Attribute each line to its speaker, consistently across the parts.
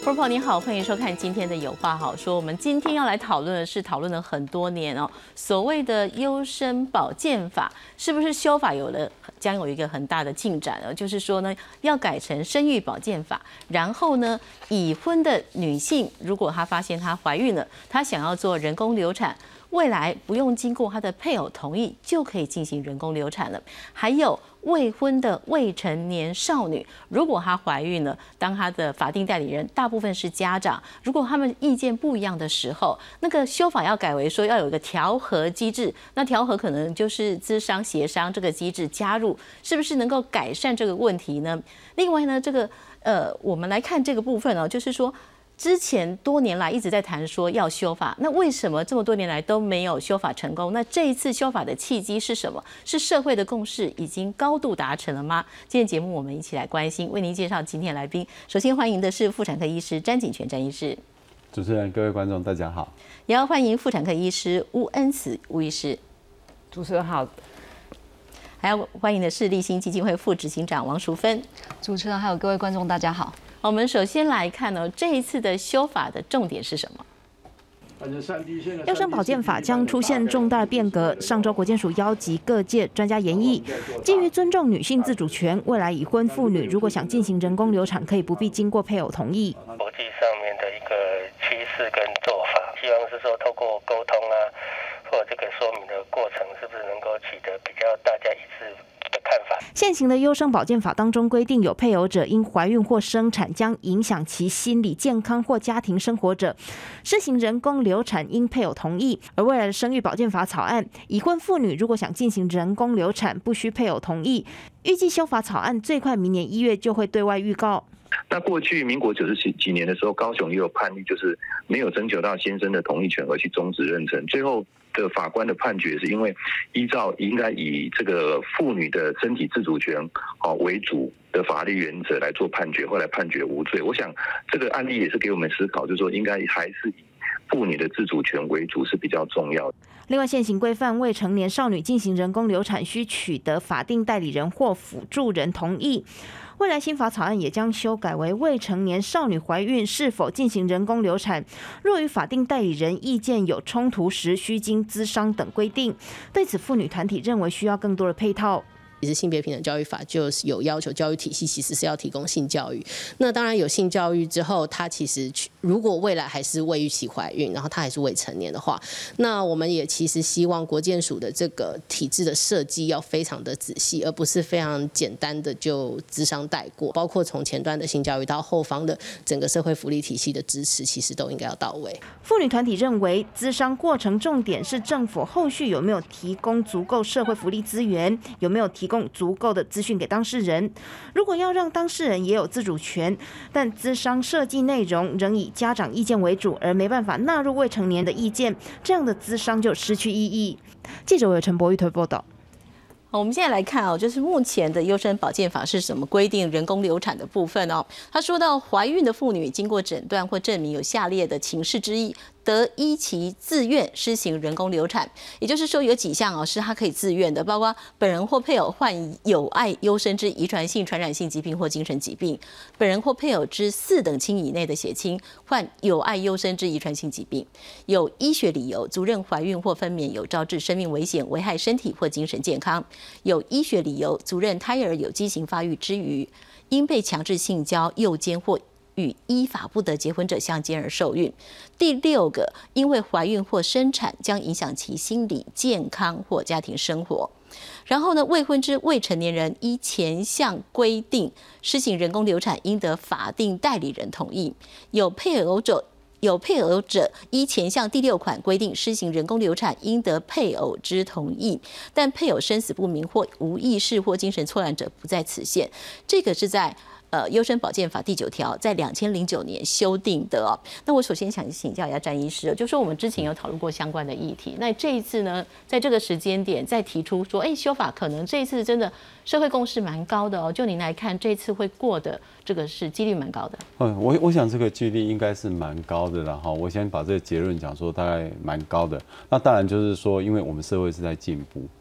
Speaker 1: 朋友你好，欢迎收看今天的有话好说。我们今天要来讨论的是讨论了很多年哦，所谓的优生保健法是不是修法将有一个很大的进展哦？就是说呢，要改成生育保健法，然后呢，已婚的女性如果她发现她怀孕了，她想要做人工流产，未来不用经过她的配偶同意就可以进行人工流产了。还有未婚的未成年少女，如果她怀孕了，当她的法定代理人大部分是家长，如果他们意见不一样的时候，那个修法要改为说要有一个调和机制，那调和可能就是咨商协商这个机制加入，是不是能够改善这个问题呢？另外呢，我们来看这个部分哦，就是说，之前多年来一直在谈说要修法，那为什么这么多年来都没有修法成功？那这一次修法的契机是什么？是社会的共识已经高度达成了吗？今天节目我们一起来关心，为您介绍今天的来宾。首先欢迎的是妇产科医师詹锦全詹医师。
Speaker 2: 主持人、各位观众，大家好。
Speaker 1: 也要欢迎妇产科医师巫恩慈巫医师。
Speaker 3: 主持人好。
Speaker 1: 还要欢迎的是立新基金会副执行长王淑芬。
Speaker 4: 主持人还有各位观众，大家好。
Speaker 1: 我们首先来看呢，这一次的修法的重点是什么？
Speaker 5: 优生保健法将出现重大变革。上周国健署邀集各界专家研议，基于尊重女性自主权，未来已婚妇女如果想进行人工流产，可以不必经过配偶同意。
Speaker 6: 国际上面的一个趋势跟做法，希望是说透过沟通啊，或者这个说明的过程，是不是能够取得比较大家一致的看法。
Speaker 5: 现行的优生保健法当中规定，有配偶者因怀孕或生产将影响其心理健康或家庭生活者，施行人工流产应配偶同意。而未来的生育保健法草案，已婚妇女如果想进行人工流产，不需配偶同意。预计修法草案最快明年1月就会对外预告。
Speaker 7: 那过去民国90几年的时候，高雄也有判例，就是没有征求到先生的同意权而去终止妊娠，最后的法官的判决是因为依照应该以这个妇女的身体自主权为主的法律原则来做判决，后来判决无罪。我想这个案例也是给我们思考，就是说应该还是以妇女的自主权为主是比较重要的。
Speaker 5: 另外，现行规范未成年少女进行人工流产需取得法定代理人或辅助人同意。未来新法草案也将修改为未成年少女怀孕是否进行人工流产，若与法定代理人意见有冲突时，需经咨商等规定。对此，妇女团体认为需要更多的配套。
Speaker 8: 其实性别平等教育法就是有要求教育体系其实是要提供性教育。那当然有性教育之后，他其实如果未来还是未预期怀孕，然后他还是未成年的话，那我们也其实希望国健署的这个体制的设计要非常的仔细，而不是非常简单的就咨商带过。包括从前端的性教育到后方的整个社会福利体系的支持，其实都应该要到位。
Speaker 5: 妇女团体认为，咨商过程重点是政府后续有没有提供足够社会福利资源，有没有提供足够的资讯给当事人。如果要让当事人也有自主权，但咨商设计内容仍以家长意见为主，而没办法纳入未成年的意见，这样的咨商就失去意义。记者有陈柏玉推报道。
Speaker 1: 好，我们现在来看哦，就是目前的优生保健法是什么规定人工流产的部分哦。他说到，怀孕的妇女经过诊断或证明有下列的情事之一，得依其自愿施行人工流产。也就是说，有几项是他可以自愿的，包括本人或配偶患有碍优生之遗传性、传染性疾病或精神疾病；本人或配偶之4等亲以内的血亲患有碍优生之遗传性疾病；有医学理由足认怀孕或分娩有招致生命危险、危害身体或精神健康；有医学理由足认胎儿有畸形发育之余，因被强制性交、诱奸或与依法不得结婚者相奸而受孕。第6个，因为怀孕或生产将影响其心理健康或家庭生活。然后呢，未婚之未成年人依前项规定施行人工流产，应得法定代理人同意。有配偶者依前项第6款规定施行人工流产，应得配偶之同意，但配偶生死不明或无意识或精神错乱者不在此限。这个是在优生保健法第9条在2009年修订的哦。那我首先想请教一下詹医师，就说我们之前有讨论过相关的议题，那这一次呢，在这个时间点再提出说，修法可能这一次真的社会共识蛮高的哦。就您来看，这次会过的这个是几率蛮高的。
Speaker 2: 我想这个几率应该是蛮高的啦哈。我先把这个结论讲说大概蛮高的。那当然就是说，因为我们社会是在进步。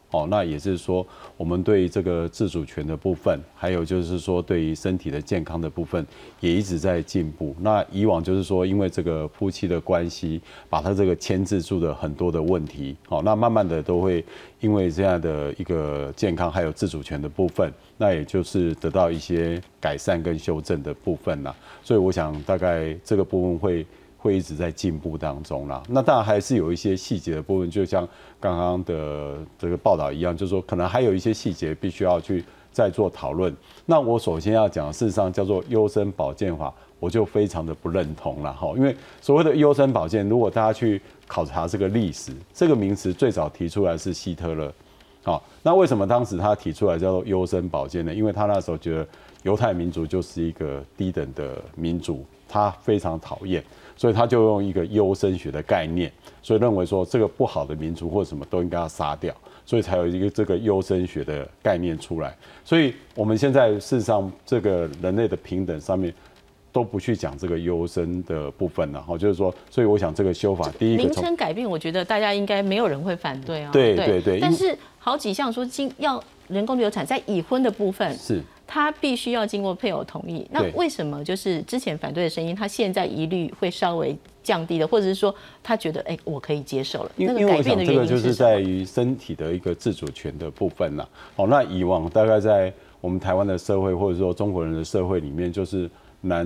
Speaker 2: 那也是说我们对于这个自主权的部分，还有就是说对于身体的健康的部分，也一直在进步。那以往就是说，因为这个夫妻的关系，把他这个牵制住的很多的问题，那慢慢的都会因为这样的一个健康还有自主权的部分，那也就是得到一些改善跟修正的部分啦。所以我想大概这个部分会一直在进步当中啦。那当然还是有一些细节的部分，就像刚刚的这个报道一样，就是说可能还有一些细节必须要去再做讨论。那我首先要讲，事实上叫做优生保健法，我就非常的不认同了哈。因为所谓的优生保健，如果大家去考察这个历史，这个名词最早提出来是希特勒。好，那为什么当时他提出来叫做优生保健呢？因为他那时候觉得犹太民族就是一个低等的民族，他非常讨厌。所以他就用一个优生学的概念，所以认为说这个不好的民族或什么都应该要杀掉，所以才有一个这个优生学的概念出来。所以我们现在事实上这个人类的平等上面都不去讲这个优生的部分了，就是说，所以我想这个修法第一个
Speaker 1: 名称改变，我觉得大家应该没有人会反对啊。
Speaker 2: 对。
Speaker 1: 但是好几项说要人工流产，在已婚的部分
Speaker 2: 是。
Speaker 1: 他必须要经过配偶同意，那为什么就是之前反对的声音，他现在疑虑会稍微降低了，或者是说他觉得我可以接受了？
Speaker 2: 因为我想这个就是在于身体的一个自主权的部分啦。那以往大概在我们台湾的社会或者说中国人的社会里面，就是男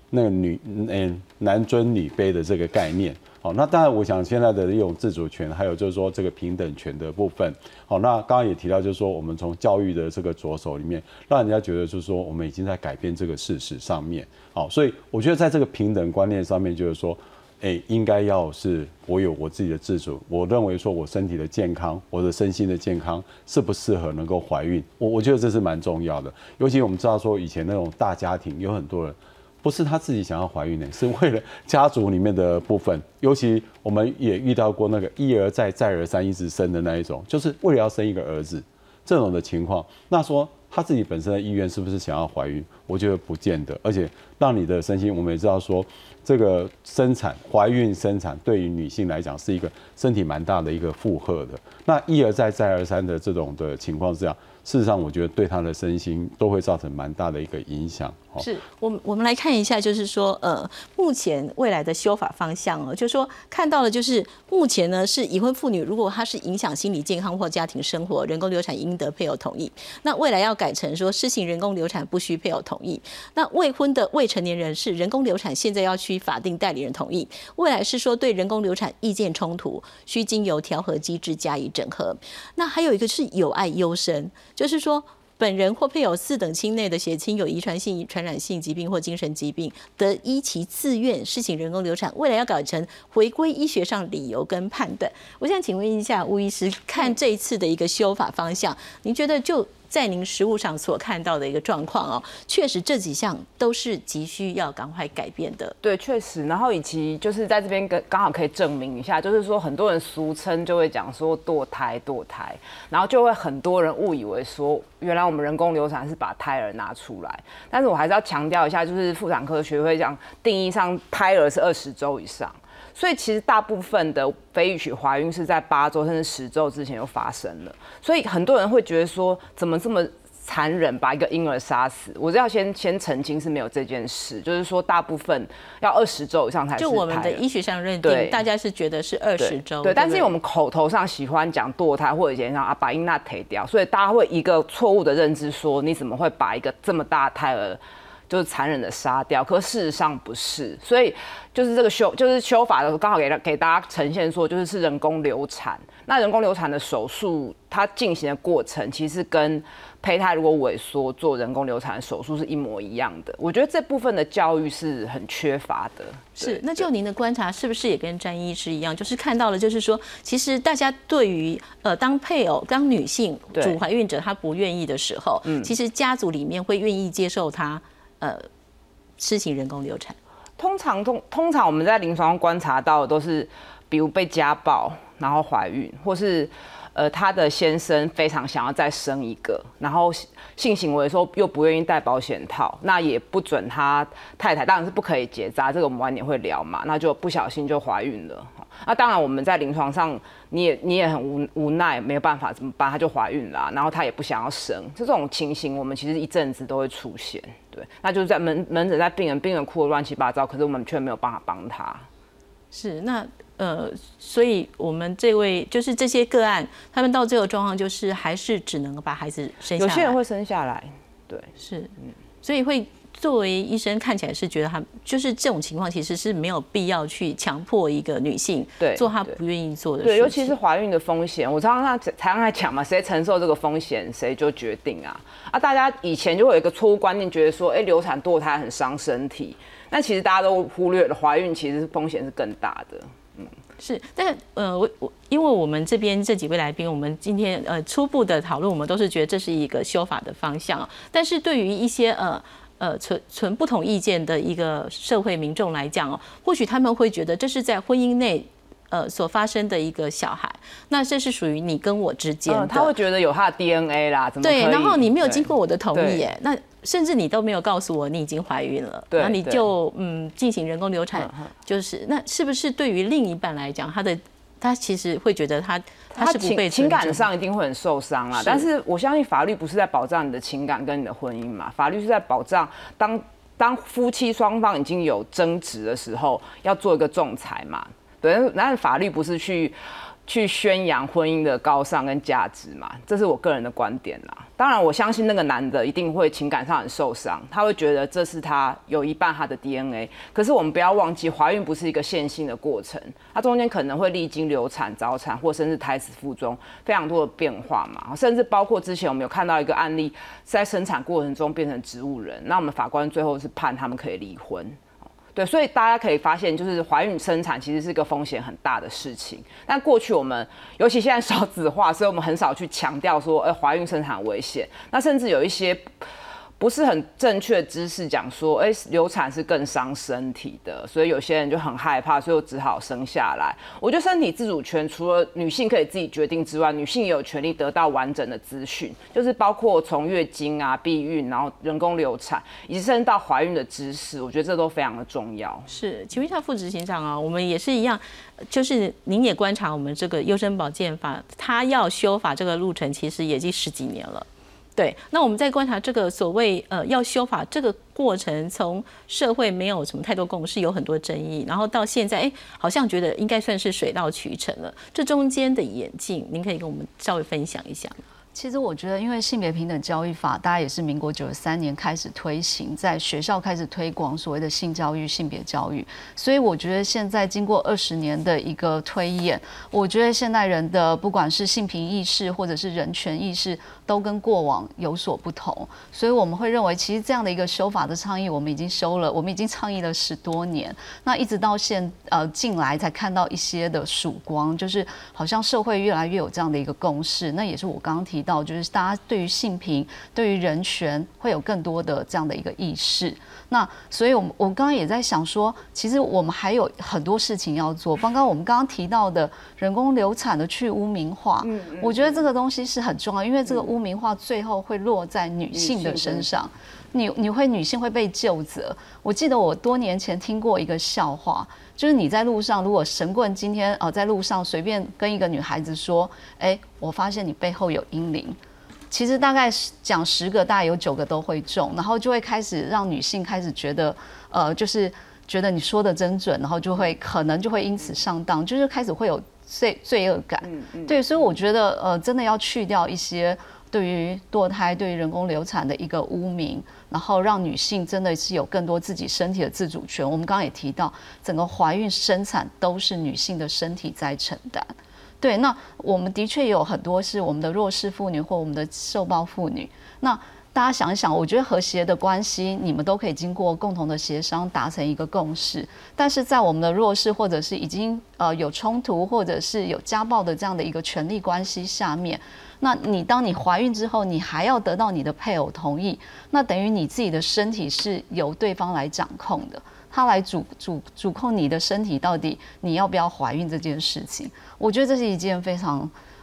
Speaker 2: 尊女卑的这个概念。那当然，我想现在的这种自主权，还有就是说这个平等权的部分，那刚刚也提到，就是说我们从教育的这个着手里面，让人家觉得就是说我们已经在改变这个事实上面，所以我觉得在这个平等观念上面，就是说，应该要是我有我自己的自主，我认为说我身体的健康，我的身心的健康适不适合能够怀孕，我觉得这是蛮重要的。尤其我们知道说以前那种大家庭，有很多人。不是他自己想要怀孕的，是为了家族里面的部分。尤其我们也遇到过那个一而再再而三一直生的那一种，就是为了要生一个儿子这种的情况。那说他自己本身的意愿是不是想要怀孕？我觉得不见得。而且让你的身心，我们也知道说，这个怀孕生产对于女性来讲是一个身体蛮大的一个负荷的。那一而再再而三的这种的情况之下，事实上我觉得对她的身心都会造成蛮大的一个影响。
Speaker 1: 是我们来看一下，就是说目前未来的修法方向就是说看到了，就是目前呢是已婚妇女，如果她是影响心理健康或家庭生活，人工流产应得配偶同意。那未来要改成说施行人工流产不需配偶同意。那未婚的未成年人士人工流产现在要需法定代理人同意，未来是说对人工流产意见冲突需经由调和机制加以整合。那还有一个是有爱优生，就是说本人或配偶4等亲内的血亲有遗传性、传染性疾病或精神疾病，得依其自愿施行人工流产，未来要改成回归医学上理由跟判断。我想请问一下吴医师，看这一次的一个修法方向，您觉得就在您实务上所看到的一个状况确实这几项都是急需要赶快改变的。
Speaker 3: 对，确实。然后以及就是在这边刚好可以证明一下，就是说很多人俗称就会讲说堕胎，然后就会很多人误以为说原来我们人工流产是把胎儿拿出来，但是我还是要强调一下，就是妇产科学会讲定义上胎儿是20周以上。所以其实大部分的非预期怀孕是在8周甚至10周之前就发生了，所以很多人会觉得说怎么这么残忍把一个婴儿杀死？我是要先澄清是没有这件事，就是说大部分要20周以上才是胎儿。就
Speaker 1: 我们的医学上认定，大家是觉得是20周。
Speaker 3: 对，但是因为我们口头上喜欢讲堕胎或者以前讲把婴儿推掉，所以大家会一个错误的认知说你怎么会把一个这么大的胎儿就是残忍的杀掉，可事实上不是，所以就是这个修法的时候，刚好给大家呈现说，就是人工流产。那人工流产的手术，它进行的过程其实跟胚胎如果萎缩做人工流产的手术是一模一样的。我觉得这部分的教育是很缺乏的。
Speaker 1: 是，那就您的观察，是不是也跟詹医师一样，就是看到了，就是说，其实大家对于当配偶、当女性主怀孕者她不愿意的时候，其实家族里面会愿意接受她施行人工流产。通
Speaker 3: 常我们在临床上观察到的都是，比如被家暴然后怀孕，或是她的先生非常想要再生一个，然后性行为的时候又不愿意戴保险套，那也不准他太太，当然是不可以结扎，这个我们晚点会聊嘛，那就不小心就怀孕了。那当然我们在临床上你也很无奈，没有办法怎么办，她就怀孕了，然后她也不想要生，这种情形我们其实一阵子都会出现，对，那就是在门诊在病人哭得乱七八糟，可是我们却没有办法帮她。
Speaker 1: 是那。所以我们这位就是这些个案，他们到最后状况就是还是只能把孩子生下来。
Speaker 3: 有些人会生下来，对，
Speaker 1: 是，所以会作为医生看起来是觉得他就是这种情况其实是没有必要去强迫一个女性做她不愿意做的事情。
Speaker 3: 对，尤其是怀孕的风险，我常常在讲嘛，谁承受这个风险谁就决定啊。大家以前就会有一个错误观念，觉得说，流产堕胎很伤身体，但其实大家都忽略了怀孕其实风险是更大的。
Speaker 1: 是，但因为我们这边这几位来宾，我们今天初步的讨论，我们都是觉得这是一个修法的方向。但是对于一些存不同意见的一个社会民众来讲或许他们会觉得这是在婚姻内所发生的一个小孩，那这是属于你跟我之间的，
Speaker 3: 他会觉得有他的 DNA 啦，怎么可以？
Speaker 1: 对，然后你没有经过我的同意耶，那甚至你都没有告诉我你已经怀孕了，然后你就进行人工流产，就是那是不是对于另一半来讲，他其实会觉得他是不被
Speaker 3: 情感上一定会很受伤啦。但是我相信法律不是在保障你的情感跟你的婚姻嘛，法律是在保障当夫妻双方已经有争执的时候，要做一个仲裁嘛。对，但是法律不是去宣扬婚姻的高尚跟价值嘛，这是我个人的观点啦。当然，我相信那个男的一定会情感上很受伤，他会觉得这是他有一半他的 DNA。可是我们不要忘记，怀孕不是一个线性的过程，它中间可能会历经流产、早产或甚至胎死腹中非常多的变化嘛，甚至包括之前我们有看到一个案例，在生产过程中变成植物人，那我们法官最后是判他们可以离婚。对，所以大家可以发现，就是怀孕生产其实是一个风险很大的事情。但过去我们，尤其现在少子化，所以我们很少去强调说，怀孕生产危险。那甚至有一些不是很正确的知识讲说，流产是更伤身体的，所以有些人就很害怕，所以我只好生下来。我觉得身体自主权除了女性可以自己决定之外，女性也有权利得到完整的资讯，就是包括从月经啊、避孕，然后人工流产，以及甚至到怀孕的知识，我觉得这都非常的重要。
Speaker 1: 是，请问一下副执行长我们也是一样，就是您也观察我们这个优生保健法，它要修法这个路程其实也已经10几年了。对，那我们在观察这个所谓要修法这个过程，从社会没有什么太多共识，有很多争议，然后到现在，好像觉得应该算是水到渠成了。这中间的演进，您可以跟我们稍微分享一下吗？
Speaker 4: 其实我觉得，因为性别平等教育法，大概也是民国93年开始推行，在学校开始推广所谓的性教育、性别教育，所以我觉得现在经过20年的一个推演，我觉得现代人的不管是性平意识或者是人权意识，都跟过往有所不同，所以我们会认为，其实这样的一个修法的倡议，我们已经倡议了10多年，那一直到近来才看到一些的曙光，就是好像社会越来越有这样的一个共识，那也是我刚刚提到，就是大家对于性平、对于人权会有更多的这样的一个意识。那所以我刚刚也在想说，其实我们还有很多事情要做。刚刚我们刚刚提到的人工流产的去污名化，我觉得这个东西是很重要，因为这个污名化最后会落在女性的身上，女性会被究责。我记得我多年前听过一个笑话，就是你在路上，如果神棍今天在路上随便跟一个女孩子说，我发现你背后有阴灵。其实大概讲10个，大概有9个都会中，然后就会开始让女性开始觉得，就是觉得你说的真准，然后可能就会因此上当，就是开始会有罪恶感。对，所以我觉得真的要去掉一些对于堕胎、对于人工流产的一个污名，然后让女性真的是有更多自己身体的自主权。我们刚刚也提到，整个怀孕、生产都是女性的身体在承担。对，那我们的确也有很多是我们的弱势妇女或我们的受暴妇女。那大家想一想，我觉得和谐的关系，你们都可以经过共同的协商达成一个共识。但是在我们的弱势或者是已经有冲突或者是有家暴的这样的一个权力关系下面，那当你怀孕之后，你还要得到你的配偶同意，那等于你自己的身体是由对方来掌控的。他来主控你的身体，到底你要不要怀孕这件事情，我觉得这是一件非常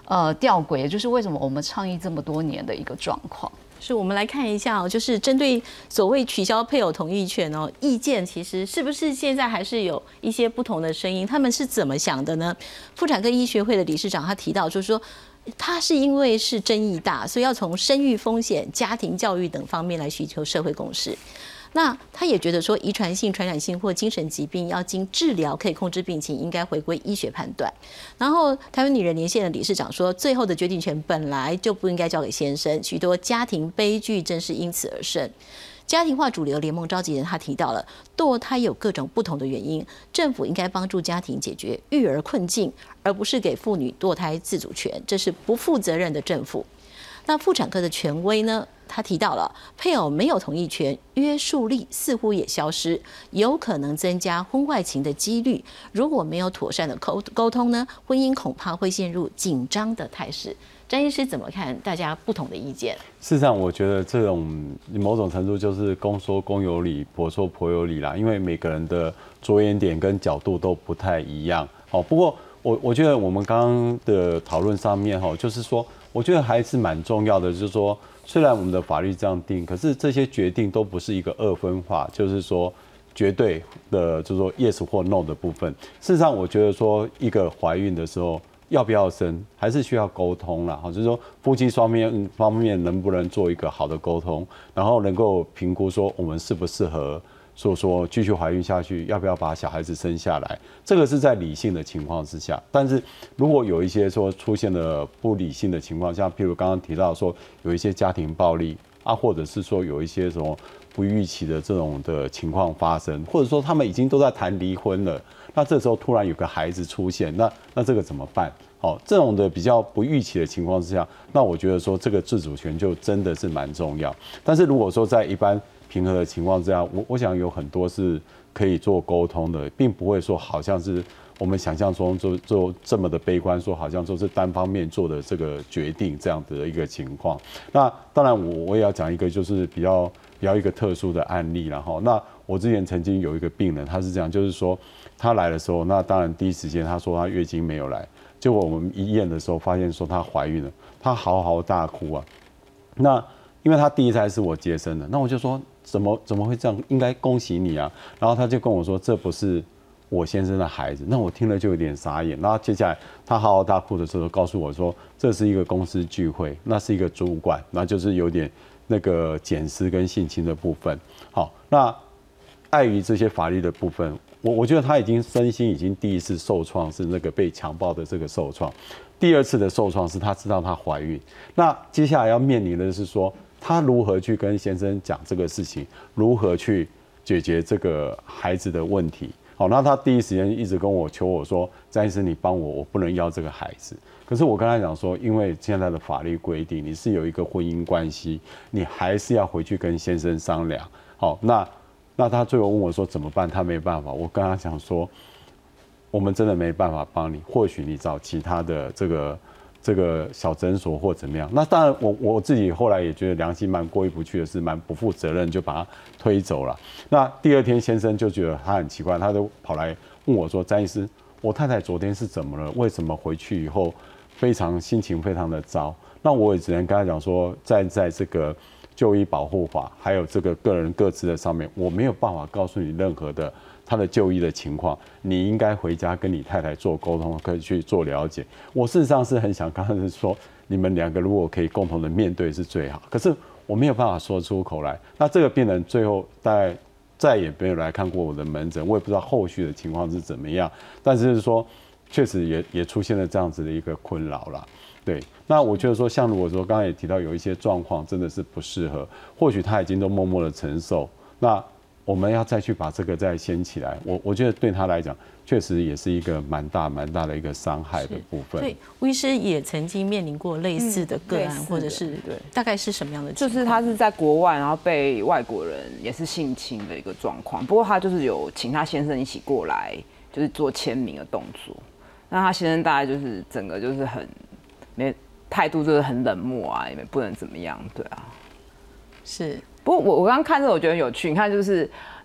Speaker 4: 吊诡，也就是为什么我们倡议这么多年的一个状况。
Speaker 1: 是我们来看一下就是针对所谓取消配偶同意权意见其实是不是现在还是有一些不同的声音？他们是怎么想的呢？妇产科医学会的理事长他提到，就是说，他是因为是争议大，所以要从生育风险、家庭教育等方面来寻求社会共识。那他也觉得说，遗传性、传染性或精神疾病要经治疗可以控制病情，应该回归医学判断。然后台湾女人连线的理事长说，最后的决定权本来就不应该交给先生，许多家庭悲剧正是因此而生。家庭化主流联盟召集人他提到了，堕胎有各种不同的原因，政府应该帮助家庭解决育儿困境，而不是给妇女堕胎自主权，这是不负责任的政府。那妇产科的权威呢？他提到了配偶没有同意权，约束力似乎也消失，有可能增加婚外情的几率。如果没有妥善的沟通呢，婚姻恐怕会陷入紧张的态势。詹医师怎么看大家不同的意见？
Speaker 2: 事实上，我觉得这种某种程度就是公说公有理，婆说婆有理啦，因为每个人的着眼点跟角度都不太一样。不过我觉得我们刚刚的讨论上面就是说，我觉得还是蛮重要的，就是说，虽然我们的法律这样定，可是这些决定都不是一个二分化，就是说绝对的，就是说 yes 或 no 的部分。事实上，我觉得说一个怀孕的时候要不要生，还是需要沟通啦。就是说夫妻双面能不能做一个好的沟通，然后能够评估说我们适不适合。所以说继续怀孕下去，要不要把小孩子生下来？这个是在理性的情况之下。但是如果有一些说出现了不理性的情况，像譬如刚刚提到说有一些家庭暴力啊，或者是说有一些什么不预期的这种的情况发生，或者说他们已经都在谈离婚了，那这时候突然有个孩子出现，那这个怎么办？这种的比较不预期的情况之下，那我觉得说这个自主权就真的是蛮重要。但是如果说在一般平和的情况之下，我想有很多是可以做沟通的，并不会说好像是我们想象中就这么的悲观，说好像说是单方面做的这个决定这样子的一个情况。那当然我也要讲一个就是比较一个特殊的案例啦齁。那我之前曾经有一个病人，他是这样，就是说他来的时候，那当然第一时间他说他月经没有来，结果我们一验的时候发现说她怀孕了，她嚎啕大哭啊。那因为她第一胎是我接生的，那我就说怎么会这样？应该恭喜你啊！然后他就跟我说这不是我先生的孩子，那我听了就有点傻眼。然后接下来他嚎啕大哭的时候，告诉我说这是一个公司聚会，那是一个主管，那就是有点那个检视跟性侵的部分。好，那碍于这些法律的部分，我觉得他已经身心已经第一次受创是那个被强暴的这个受创，第二次的受创是他知道她怀孕。那接下来要面临的是说，他如何去跟先生讲这个事情，如何去解决这个孩子的问题。好，那他第一时间一直跟我求我说，詹医师你帮我不能要这个孩子。可是我跟他讲说，因为现在的法律规定，你是有一个婚姻关系，你还是要回去跟先生商量。好，那他最后问我说怎么办？他没办法。我跟他讲说，我们真的没办法帮你，或许你找其他的这个小诊所或怎么样。那当然我自己后来也觉得良心蛮过意不去的是，蛮不负责任，就把他推走了。那第二天先生就觉得他很奇怪，他就跑来问我说，詹医师，我太太昨天是怎么了？为什么回去以后心情非常的糟？那我也只能跟他讲说，在这个就医保护法还有这个个人各自的上面，我没有办法告诉你任何的他的就医的情况，你应该回家跟你太太做沟通，可以去做了解。我事实上是很想刚才说，你们两个如果可以共同的面对是最好，可是我没有办法说出口来。那这个病人最后大概再也没有来看过我的门诊，我也不知道后续的情况是怎么样，但是说确实也出现了这样子的一个困扰啦。对，那我觉得说，像如果说刚才也提到有一些状况真的是不适合，或许他已经都默默的承受，那我们要再去把这个再掀起来，我觉得对他来讲，确实也是一个蛮大的一个伤害的部分。
Speaker 1: 对，吴医师也曾经面临过类似的个案，或者是对，大概是什么样的情况？
Speaker 3: 就是他是在国外，然后被外国人也是性侵的一个状况。不过他就是有请他先生一起过来，就是做签名的动作。那他先生大概就是整个就是态度就是很冷漠啊，也不能怎么样，对啊，
Speaker 1: 是。
Speaker 3: 不过我刚刚看这个我觉得很有趣，你看就是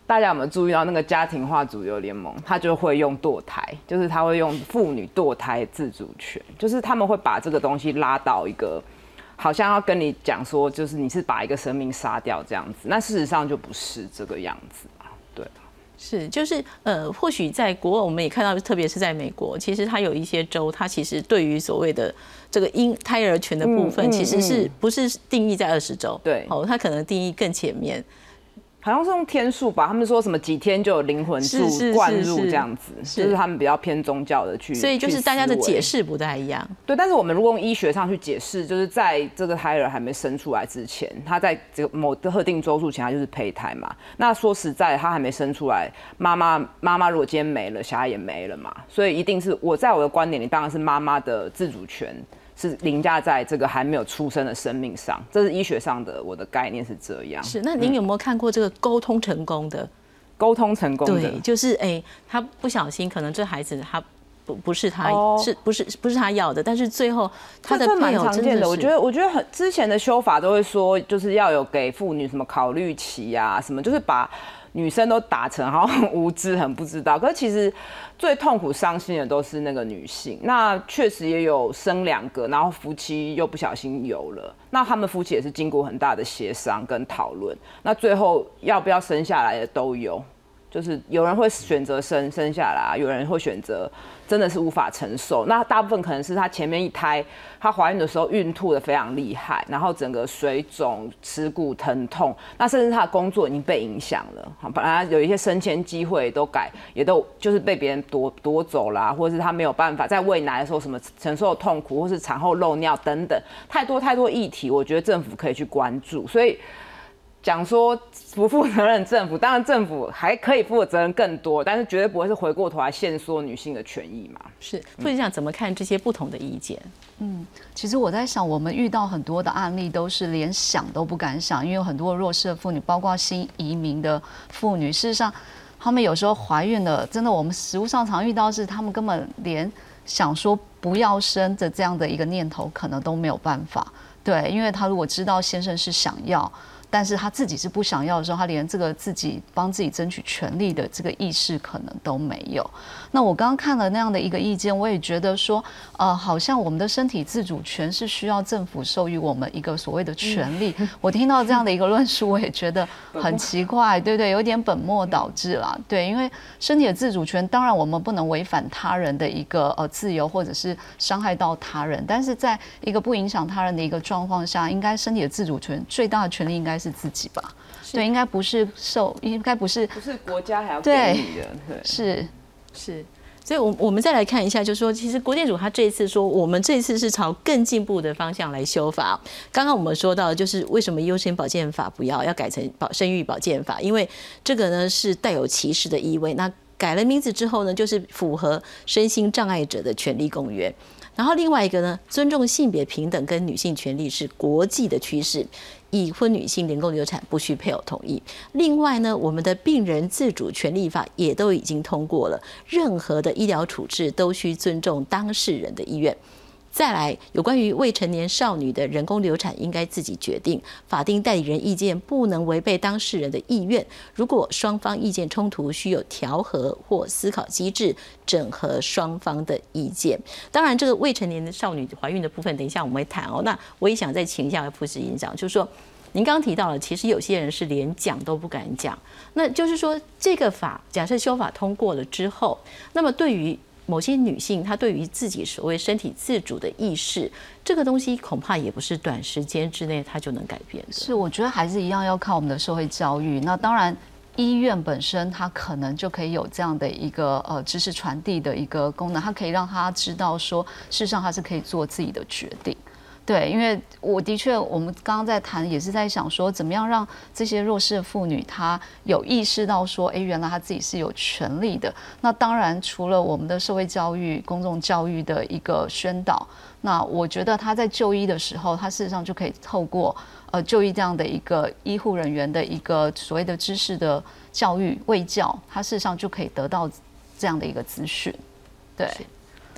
Speaker 3: 大家有没有注意到那个家庭化足球联盟，他就会用堕胎，就是他会用妇女堕胎自主权，就是他们会把这个东西拉到一个好像要跟你讲说，就是你是把一个生命杀掉这样子，那事实上就不是这个样子嘛，对。
Speaker 1: 是，就是或许在国外我们也看到，特别是在美国，其实它有一些州，它其实对于所谓的这个胎儿权的部分，其实是不是定义在20周？
Speaker 3: 对，
Speaker 1: 哦，它可能定义更前面。
Speaker 3: 好像是用天数吧，他们说什么几天就有灵魂灌入这样子，就是他们比较偏宗教的去，
Speaker 1: 所以就是大家的解释不太一样。
Speaker 3: 对，但是我们如果用医学上去解释，就是在这个胎儿还没生出来之前，他在这个某特定周数前，他就是胚胎嘛。那说实在，他还没生出来，妈妈如果今天没了，小孩也没了嘛，所以一定是在我的观点里，当然是妈妈的自主权是凌驾在这个还没有出生的生命上，这是医学上的我的概念是这样。
Speaker 1: 是，那您有没有看过这个沟通成功的？
Speaker 3: 沟通成功的，
Speaker 1: 对，就是他不小心，可能这孩子他不是他，不是他要的，但是最后他的配偶真的是，
Speaker 3: 我觉得之前的修法都会说，就是要有给妇女什么考虑期啊，什么就是把女生都打成好像很无知、很不知道，可是其实最痛苦、伤心的都是那个女性。那确实也有生2个，然后夫妻又不小心有了，那他们夫妻也是经过很大的协商跟讨论，那最后要不要生下来的都有，就是有人会选择生下来，有人会选择真的是无法承受。那大部分可能是她前面一胎，她怀孕的时候孕吐的非常厉害，然后整个水肿、耻骨疼痛，那甚至她的工作已经被影响了。本来有一些升迁机会也都就是被别人夺走啦，或者是她没有办法在喂奶的时候什么承受痛苦，或是产后漏尿等等，太多议题，我觉得政府可以去关注。所以讲说不负责任政府，当然政府还可以负的责任更多，但是绝对不会是回过头来限缩女性的权益嘛。
Speaker 1: 是，副局长怎么看这些不同的意见？
Speaker 4: 其实我在想，我们遇到很多的案例都是连想都不敢想，因为有很多弱势的妇女，包括新移民的妇女，事实上她们有时候怀孕了，真的我们实务上常遇到是她们根本连想说不要生的这样的一个念头可能都没有办法。对，因为她如果知道先生是想要，但是他自己是不想要的时候，他连这个自己帮自己争取权利的这个意识可能都没有。那我刚刚看了那样的一个意见，我也觉得说，好像我们的身体自主权是需要政府授予我们一个所谓的权利。我听到这样的一个论述，我也觉得很奇怪，对不对？有点本末倒置啦。对，因为身体的自主权，当然我们不能违反他人的一个自由，或者是伤害到他人，但是在一个不影响他人的一个状况下，应该身体的自主权最大的权利应该是自己吧？对，应该不是
Speaker 3: 国家还要给你的，对，
Speaker 1: 是。所以我们再来看一下，就是说，其实国建署他这一次说，我们这一次是朝更进步的方向来修法。刚刚我们说到，就是为什么优生保健法要改成生育保健法，因为这个呢是带有歧视的意味。那改了名字之后呢，就是符合身心障碍者的权利公约。然后另外一个呢，尊重性别平等跟女性权利是国际的趋势，已婚女性人工流产不需配偶同意。另外呢，我们的病人自主权利法也都已经通过了，任何的医疗处置都需尊重当事人的意愿。再来，有关于未成年少女的人工流产应该自己决定，法定代理人意见不能违背当事人的意愿。如果双方意见冲突，需有调和或思考机制整合双方的意见。当然，这个未成年的少女怀孕的部分，等一下我们会谈哦。那我也想再请一下副执行长，就是说，您刚刚提到了，其实有些人是连讲都不敢讲。那就是说，这个法假设修法通过了之后，那么对于某些女性，她对于自己所谓身体自主的意识，这个东西恐怕也不是短时间之内她就能改变的。
Speaker 4: 是，我觉得还是一样要靠我们的社会教育。那当然，医院本身它可能就可以有这样的一个知识传递的一个功能，它可以让她知道说，事实上她是可以做自己的决定。对，因为我的确，我们刚刚在谈，也是在想说，怎么样让这些弱势的妇女，她有意识到说，原来她自己是有权利的。那当然，除了我们的社会教育、公众教育的一个宣导，那我觉得她在就医的时候，她事实上就可以透过就医这样的一个医护人员的一个所谓的知识的教育、卫教，她事实上就可以得到这样的一个资讯。对。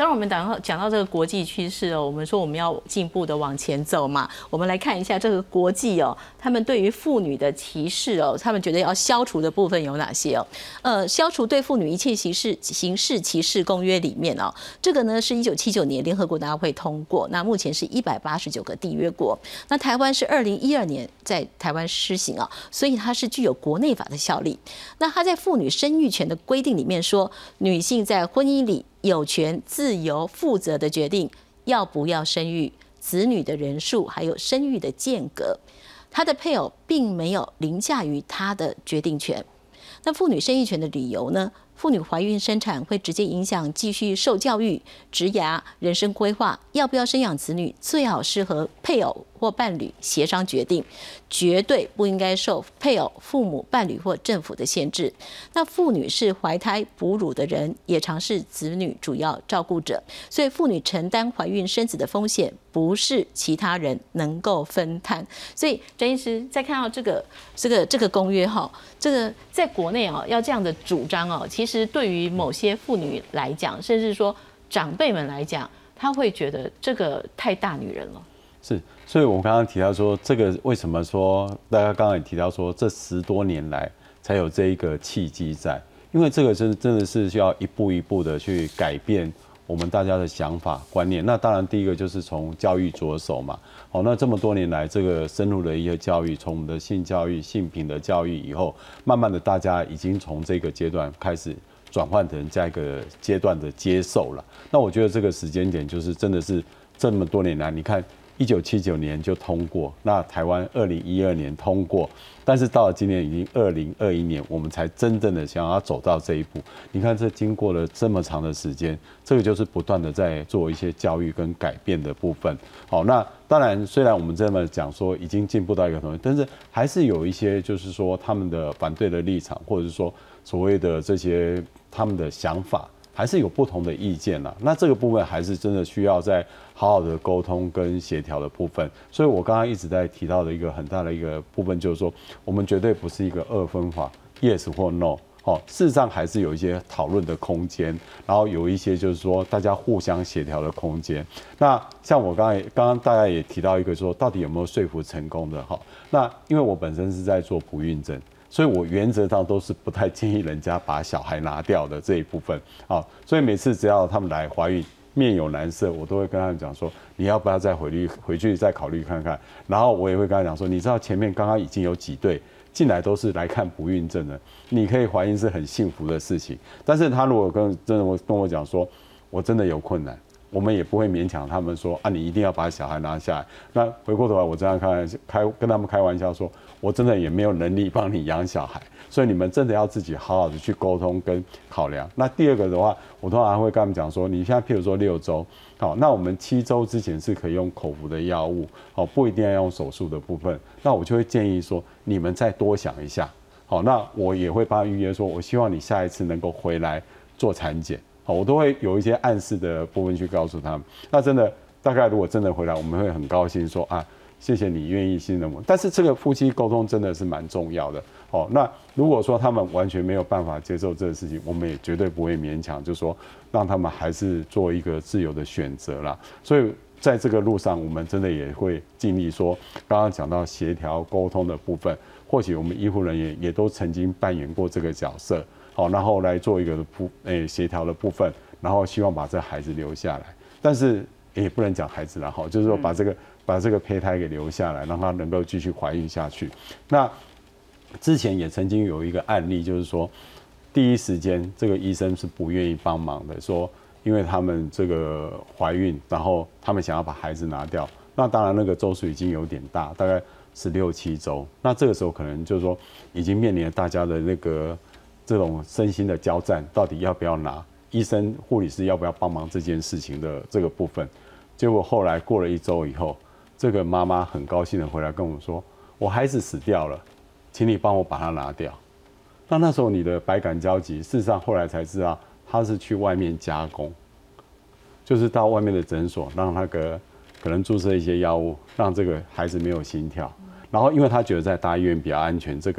Speaker 1: 当然我们讲到这个国际趋势哦，我们说我们要进步的往前走嘛。我们来看一下这个国际哦，他们对于妇女的歧视哦，他们觉得要消除的部分有哪些哦？消除对妇女一切形式歧视公约里面哦，这个呢是1979年联合国大会通过，那目前是189个缔约国，那台湾是2012年在台湾施行啊，所以它是具有国内法的效力。那它在妇女生育权的规定里面说，女性在婚姻里有权自由负责的决定要不要生育、子女的人数，还有生育的间隔。她的配偶并没有凌驾于她的决定权。那妇女生育权的理由呢？妇女怀孕生产会直接影响继续受教育、职涯、人生规划，要不要生养子女，最好是和配偶或伴侣协商决定，绝对不应该受配偶、父母、伴侣或政府的限制。那妇女是怀胎哺乳的人，也常是子女主要照顾者，所以妇女承担怀孕生子的风险，不是其他人能够分摊。所以詹医师再看到这个公约哈，这个在国内要这样的主张其实对于某些妇女来讲，甚至说长辈们来讲，他会觉得这个太大女人了。
Speaker 2: 是，所以我刚刚提到说，这个为什么说大家刚刚也提到说，这10多年来才有这一个契机在，因为这个真的是需要一步一步的去改变我们大家的想法观念。那当然第一个就是从教育着手嘛。那这么多年来这个深入的一个教育，从我们的性教育、性平的教育以后，慢慢的大家已经从这个阶段开始转换成下一个阶段的接受了。那我觉得这个时间点就是真的是这么多年来，你看1979年就通过，那台湾2012年通过，但是到了今年已经2021年，我们才真正的想要走到这一步。你看，这经过了这么长的时间，这个就是不断的在做一些教育跟改变的部分。好，那当然，虽然我们这么讲说已经进步到一个程度，但是还是有一些就是说他们的反对的立场，或者是说所谓的这些他们的想法，还是有不同的意见啦。那这个部分还是真的需要在好好的沟通跟协调的部分。所以我刚刚一直在提到的一个很大的一个部分，就是说我们绝对不是一个二分法 ，yes 或 no。事实上还是有一些讨论的空间，然后有一些就是说大家互相协调的空间。那像我刚刚大概也提到一个说，到底有没有说服成功的哈？那因为我本身是在做不孕症，所以我原则上都是不太建议人家把小孩拿掉的这一部分。好，所以每次只要他们来怀孕，面有难色，我都会跟他们讲说，你要不要再回去再考虑看看。然后我也会跟他讲说，你知道前面刚刚已经有几对进来都是来看不孕症的，你可以怀孕是很幸福的事情。但是他如果跟我讲说，我真的有困难，我们也不会勉强他们说啊，你一定要把小孩拿下来。那回过头来，我这样跟他们开玩笑说，我真的也没有能力帮你养小孩，所以你们真的要自己好好的去沟通跟考量。那第二个的话，我通常会跟他们讲说，你现在譬如说6周，好，那我们7周之前是可以用口服的药物，好，不一定要用手术的部分。那我就会建议说，你们再多想一下，好，那我也会帮他预约说，我希望你下一次能够回来做产检，好，我都会有一些暗示的部分去告诉他们。那真的大概如果真的回来，我们会很高兴说啊，谢谢你愿意信任我。但是这个夫妻沟通真的是蛮重要的。好，那如果说他们完全没有办法接受这个事情，我们也绝对不会勉强，就说让他们还是做一个自由的选择啦。所以在这个路上，我们真的也会尽力说，刚刚讲到协调沟通的部分，或许我们医护人员也都曾经扮演过这个角色，好，然后来做一个协调的部分，然后希望把这孩子留下来。但是也不能讲孩子啦，好，就是说把这个胚胎给留下来，让他能够继续怀孕下去。那之前也曾经有一个案例，就是说第一时间这个医生是不愿意帮忙的，说因为他们这个怀孕，然后他们想要把孩子拿掉。那当然那个周数已经有点大，大概16、7周。那这个时候可能就是说已经面临了大家的那个这种身心的交战，到底要不要拿？医生、护理师要不要帮忙这件事情的这个部分？结果后来过了1周以后，这个妈妈很高兴的回来跟我说：“我孩子死掉了，请你帮我把它拿掉。”那时候你的百感交集，事实上后来才知道，他是去外面加工，就是到外面的诊所让那个可能注射一些药物，让这个孩子没有心跳。然后因为他觉得在大医院比较安全，这个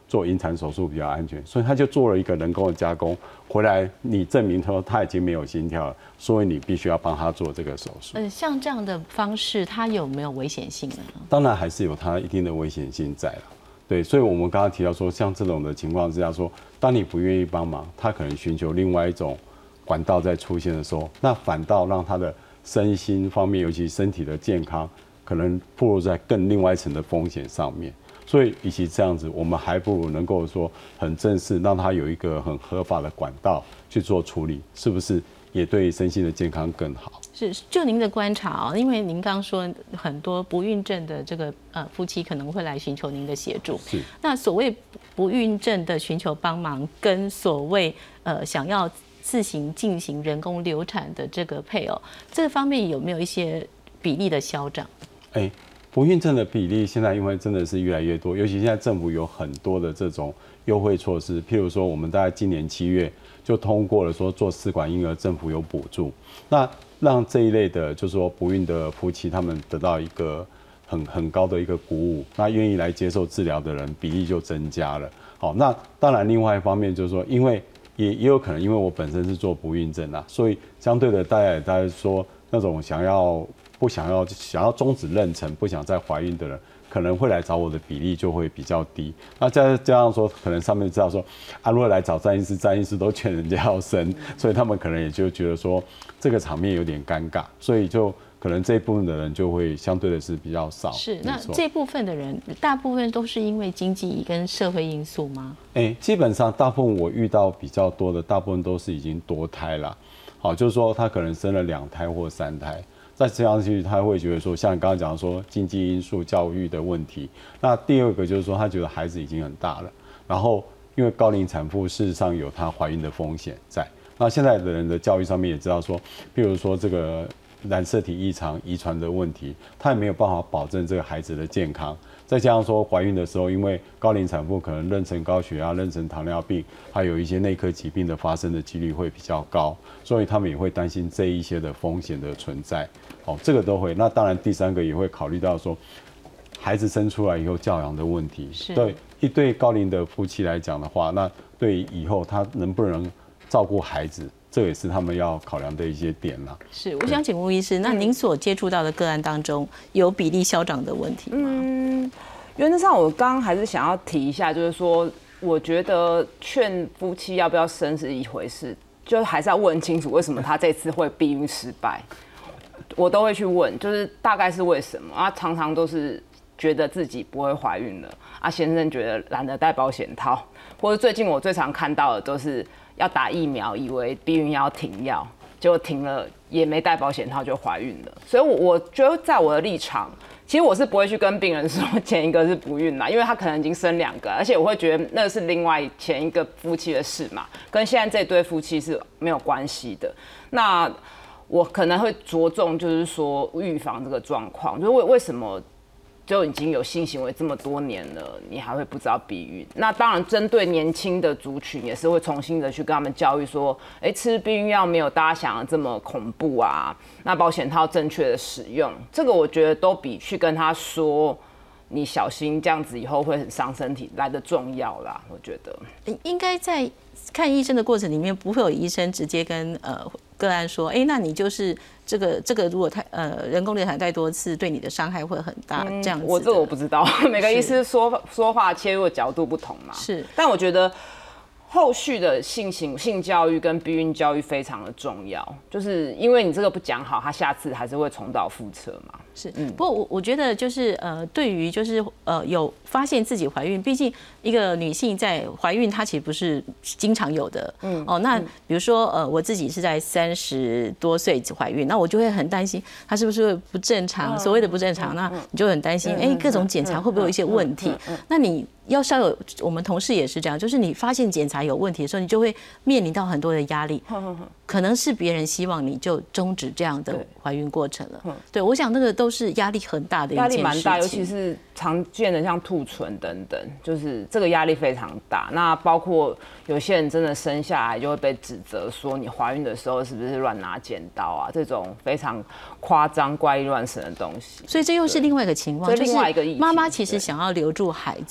Speaker 2: 做引产手术比较安全，所以他就做了一个人工的加工，回来你证明说他已经没有心跳了，所以你必须要帮他做这个手术。
Speaker 1: 像这样的方式，它有没有危险性呢？
Speaker 2: 当然还是有它一定的危险性在了。对，所以我们刚刚提到说，像这种的情况之下说，当你不愿意帮忙，他可能寻求另外一种管道在出现的时候，那反倒让他的身心方面，尤其身体的健康，可能暴露在更另外一层的风险上面。所以，与其这样子，我们还不如能够说很正式，让他有一个很合法的管道去做处理，是不是也对身心的健康更好？
Speaker 1: 是，就您的观察因为您刚刚说很多不孕症的这个夫妻可能会来寻求您的协助。
Speaker 2: 是。
Speaker 1: 那所谓不孕症的寻求帮忙，跟所谓想要自行进行人工流产的这个配偶，这个方面有没有一些比例的消长？
Speaker 2: 不孕症的比例现在因为真的是越来越多，尤其现在政府有很多的这种优惠措施，譬如说我们大概今年7月就通过了说做试管婴儿政府有补助，那让这一类的就是说不孕的夫妻他们得到一个很高的一个鼓舞，那愿意来接受治疗的人比例就增加了。好，那当然另外一方面就是说，因为也有可能因为我本身是做不孕症所以相对的大家说那种想要终止妊娠不想再怀孕的人，可能会来找我的比例就会比较低。那再加上说，可能上面知道说如果来找詹医师，詹医师都劝人家要生，所以他们可能也就觉得说这个场面有点尴尬，所以就可能这一部分的人就会相对的是比较少。
Speaker 1: 是，那这部分的人大部分都是因为经济跟社会因素吗？
Speaker 2: 基本上大部分我遇到比较多的，大部分都是已经多胎了。好，就是说他可能生了2胎或3胎。再这样去，他会觉得说，像你刚刚讲说经济因素、教育的问题。那第二个就是说，他觉得孩子已经很大了，然后因为高龄产妇事实上有她怀孕的风险在。那现在的人的教育上面也知道说，譬如说这个染色体异常、遗传的问题，他也没有办法保证这个孩子的健康。再加上说怀孕的时候，因为高龄产妇可能妊娠高血压、妊娠糖尿病，还有一些内科疾病的发生的几率会比较高，所以他们也会担心这一些的风险的存在。这个都会。那当然第3个也会考虑到说，孩子生出来以后教养的问题。对一对高龄的夫妻来讲的话，那对以后他能不能照顾孩子，这也是他们要考量的一些点啦。
Speaker 1: 是，我想请吴医师，那您所接触到的个案当中，有比例消长的问题吗？
Speaker 3: 原则上我刚刚还是想要提一下，就是说，我觉得劝夫妻要不要生是一回事，就是还是要问清楚为什么他这次会避孕失败，我都会去问，就是大概是为什么常常都是觉得自己不会怀孕了先生觉得懒得戴保险套，或者最近我最常看到的都是要打疫苗，以为避孕药停药，结果停了也没戴保险套就怀孕了。所以我觉得在我的立场，其实我是不会去跟病人说前一个是不孕啦，因为他可能已经生2个，而且我会觉得那是另外前一个夫妻的事嘛，跟现在这对夫妻是没有关系的。那我可能会着重就是说预防这个状况，就是为什么就已经有性行为这么多年了，你还会不知道避孕？那当然，针对年轻的族群也是会重新的去跟他们教育说，吃避孕药没有大家想的这么恐怖那保险套正确的使用，这个我觉得都比去跟他说你小心这样子以后会很伤身体来得重要啦。我觉得
Speaker 1: 应该在看医生的过程里面，不会有医生直接跟个案说，那你就是这个如果人工流产太多次，对你的伤害会很大，这样子。
Speaker 3: 这个我不知道，每个医师说话切入的角度不同嘛。
Speaker 1: 是，
Speaker 3: 但我觉得后续的性教育跟避孕教育非常的重要，就是因为你这个不讲好，他下次还是会重蹈覆辙嘛。
Speaker 1: 是，不过我觉得就是对于就是有发现自己怀孕，毕竟一个女性在怀孕，她其实不是经常有的。那比如说我自己是在30多岁怀孕，那我就会很担心她是不是不正常，所谓的不正常，那你就很担心，各种检查会不会有一些问题？那你要稍有，我们同事也是这样，就是你发现检查有问题的时候，你就会面临到很多的压力，可能是别人希望你就终止这样的怀孕过程了。对，我想那个都是压力很大的一件事情，
Speaker 3: 压力蛮大，尤其是常见的像兔唇等等，就是这个压力非常大。那包括有些人真的生下来就会被指责说你怀孕的时候是不是乱拿剪刀这种非常夸张、怪力乱神的东西。
Speaker 1: 所以这又是另外一个情况，
Speaker 3: 就是
Speaker 1: 妈妈其实想要留住孩子。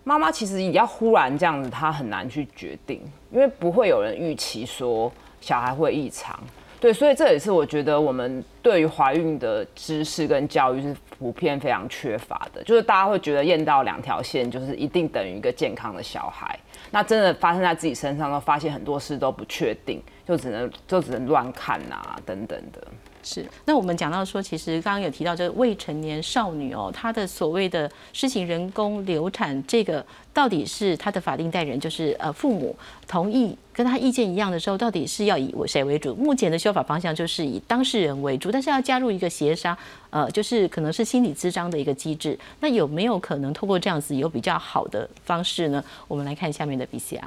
Speaker 3: 妈妈其实也要忽然这样子，她很难去决定，因为不会有人预期说小孩会异常。对，所以这也是我觉得我们对于怀孕的知识跟教育是普遍非常缺乏的，就是大家会觉得验到2条线就是一定等于一个健康的小孩，那真的发生在自己身上，都发现很多事都不确定，就只能乱看啊等等的。
Speaker 1: 是，那我们讲到说，其实刚刚有提到这个未成年少女哦，她的所谓的施行人工流产，这个到底是她的法定代理人，就是父母同意跟她意见一样的时候，到底是要以谁为主？目前的修法方向就是以当事人为主，但是要加入一个协商，就是可能是心理咨商的一个机制。那有没有可能透过这样子有比较好的方式呢？我们来看下面的 VCR。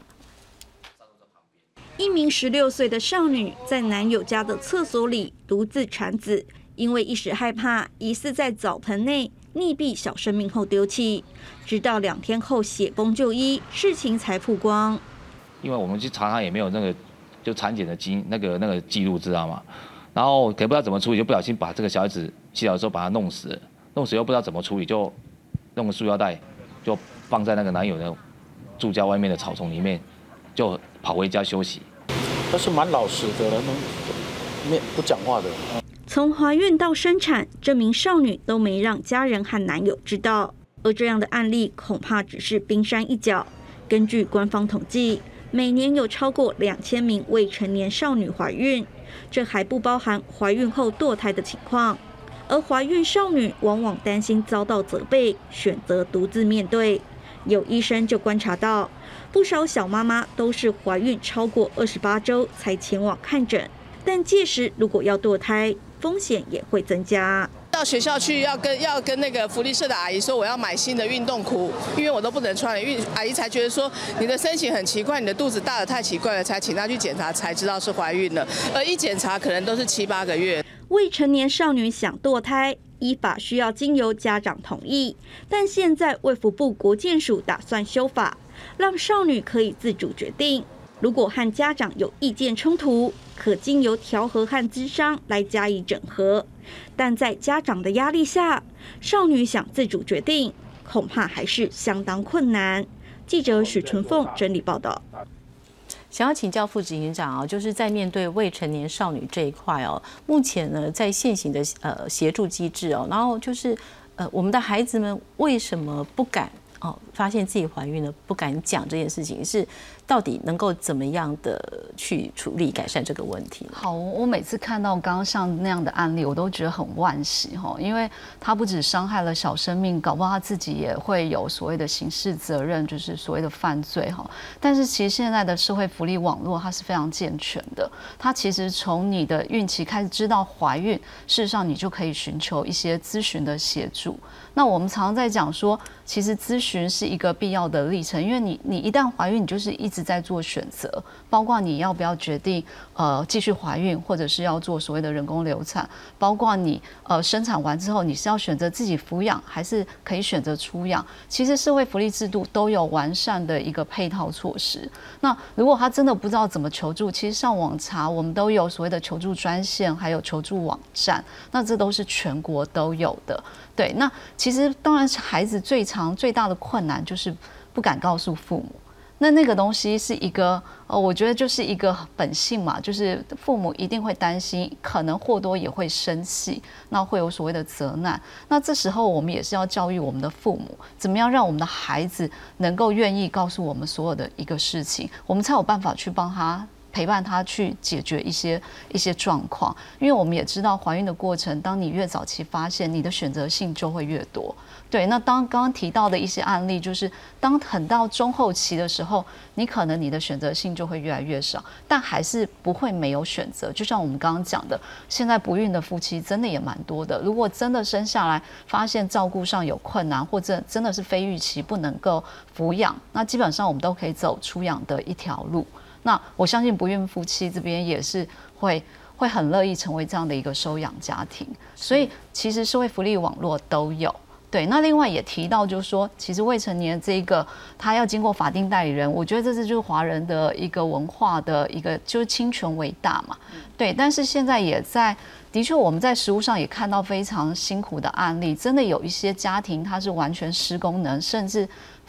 Speaker 9: 一名16岁的少女在男友家的厕所里独自产子，因为一时害怕，疑似在澡盆内溺毙小生命后丢弃，直到2天后血崩就医，事情才曝光。
Speaker 10: 因为我们去查他也没有那个就产检的那个记录，知道吗？然后也不知道怎么处理，就不小心把这个小孩子洗澡的时候把他弄死了，弄死又不知道怎么处理，就用个塑料袋就放在那个男友的住家外面的草丛里面，就跑回家休息。
Speaker 11: 他是蛮老实的人，不讲话的。
Speaker 9: 从怀孕到生产，这名少女都没让家人和男友知道。而这样的案例恐怕只是冰山一角。根据官方统计，每年有超过2000名未成年少女怀孕，这还不包含怀孕后堕胎的情况。而怀孕少女往往担心遭到责备，选择独自面对。有医生就观察到，不少小妈妈都是怀孕超过28周才前往看诊，但届时如果要堕胎，风险也会增加。
Speaker 12: 到学校去要跟那个福利社的阿姨说我要买新的运动裤，因为我都不能穿了，因为阿姨才觉得说你的身形很奇怪，你的肚子大得太奇怪了，才请她去检查，才知道是怀孕了，而一检查可能都是7、8个月。
Speaker 9: 未成年少女想堕胎，依法需要经由家长同意，但现在卫福部国健署打算修法，让少女可以自主决定。如果和家长有意见冲突，可经由调和和咨商来加以整合。但在家长的压力下，少女想自主决定，恐怕还是相当困难。记者许纯凤整理报道。
Speaker 1: 想要请教副执行长就是在面对未成年少女这一块目前呢，在现行的协助机制然后就是我们的孩子们为什么不敢发现自己怀孕了，不敢讲这件事情，是到底能够怎么样的去处理改善这个问题？
Speaker 4: 好，我每次看到刚刚像那样的案例，我都觉得很惋惜因为他不只伤害了小生命，搞不好他自己也会有所谓的刑事责任，就是所谓的犯罪但是其实现在的社会福利网络它是非常健全的，它其实从你的孕期开始知道怀孕，事实上你就可以寻求一些咨询的协助。那我们常常在讲说，其实咨询是一个必要的历程，因为你一旦怀孕，你就是一直在做选择，包括你要不要决定继续怀孕，或者是要做所谓的人工流产，包括你生产完之后你是要选择自己抚养，还是可以选择出养。其实社会福利制度都有完善的一个配套措施。那如果他真的不知道怎么求助，其实上网查，我们都有所谓的求助专线，还有求助网站，那这都是全国都有的。对，那其实当然孩子最大的困难就是不敢告诉父母。那个东西是一个我觉得就是一个本性嘛，就是父母一定会担心，可能或多也会生气，那会有所谓的责难。那这时候我们也是要教育我们的父母，怎么样让我们的孩子能够愿意告诉我们所有的一个事情，我们才有办法去帮他陪伴他去解决一些状况。因为我们也知道怀孕的过程，当你越早期发现，你的选择性就会越多。对，那刚刚提到的一些案例，就是当很到中后期的时候，你可能你的选择性就会越来越少，但还是不会没有选择。就像我们刚刚讲的，现在不孕的夫妻真的也蛮多的。如果真的生下来发现照顾上有困难，或者真的是非预期不能够抚养，那基本上我们都可以走出养的一条路。那我相信不孕夫妻这边也是会很乐意成为这样的一个收养家庭，所以其实社会福利网络都有。对，那另外也提到就是说，其实未成年这个他要经过法定代理人，我觉得这是就是华人的一个文化的一个就是亲权为大嘛。对，但是现在也在的确我们在实务上也看到非常辛苦的案例，真的有一些家庭他是完全失功能，甚至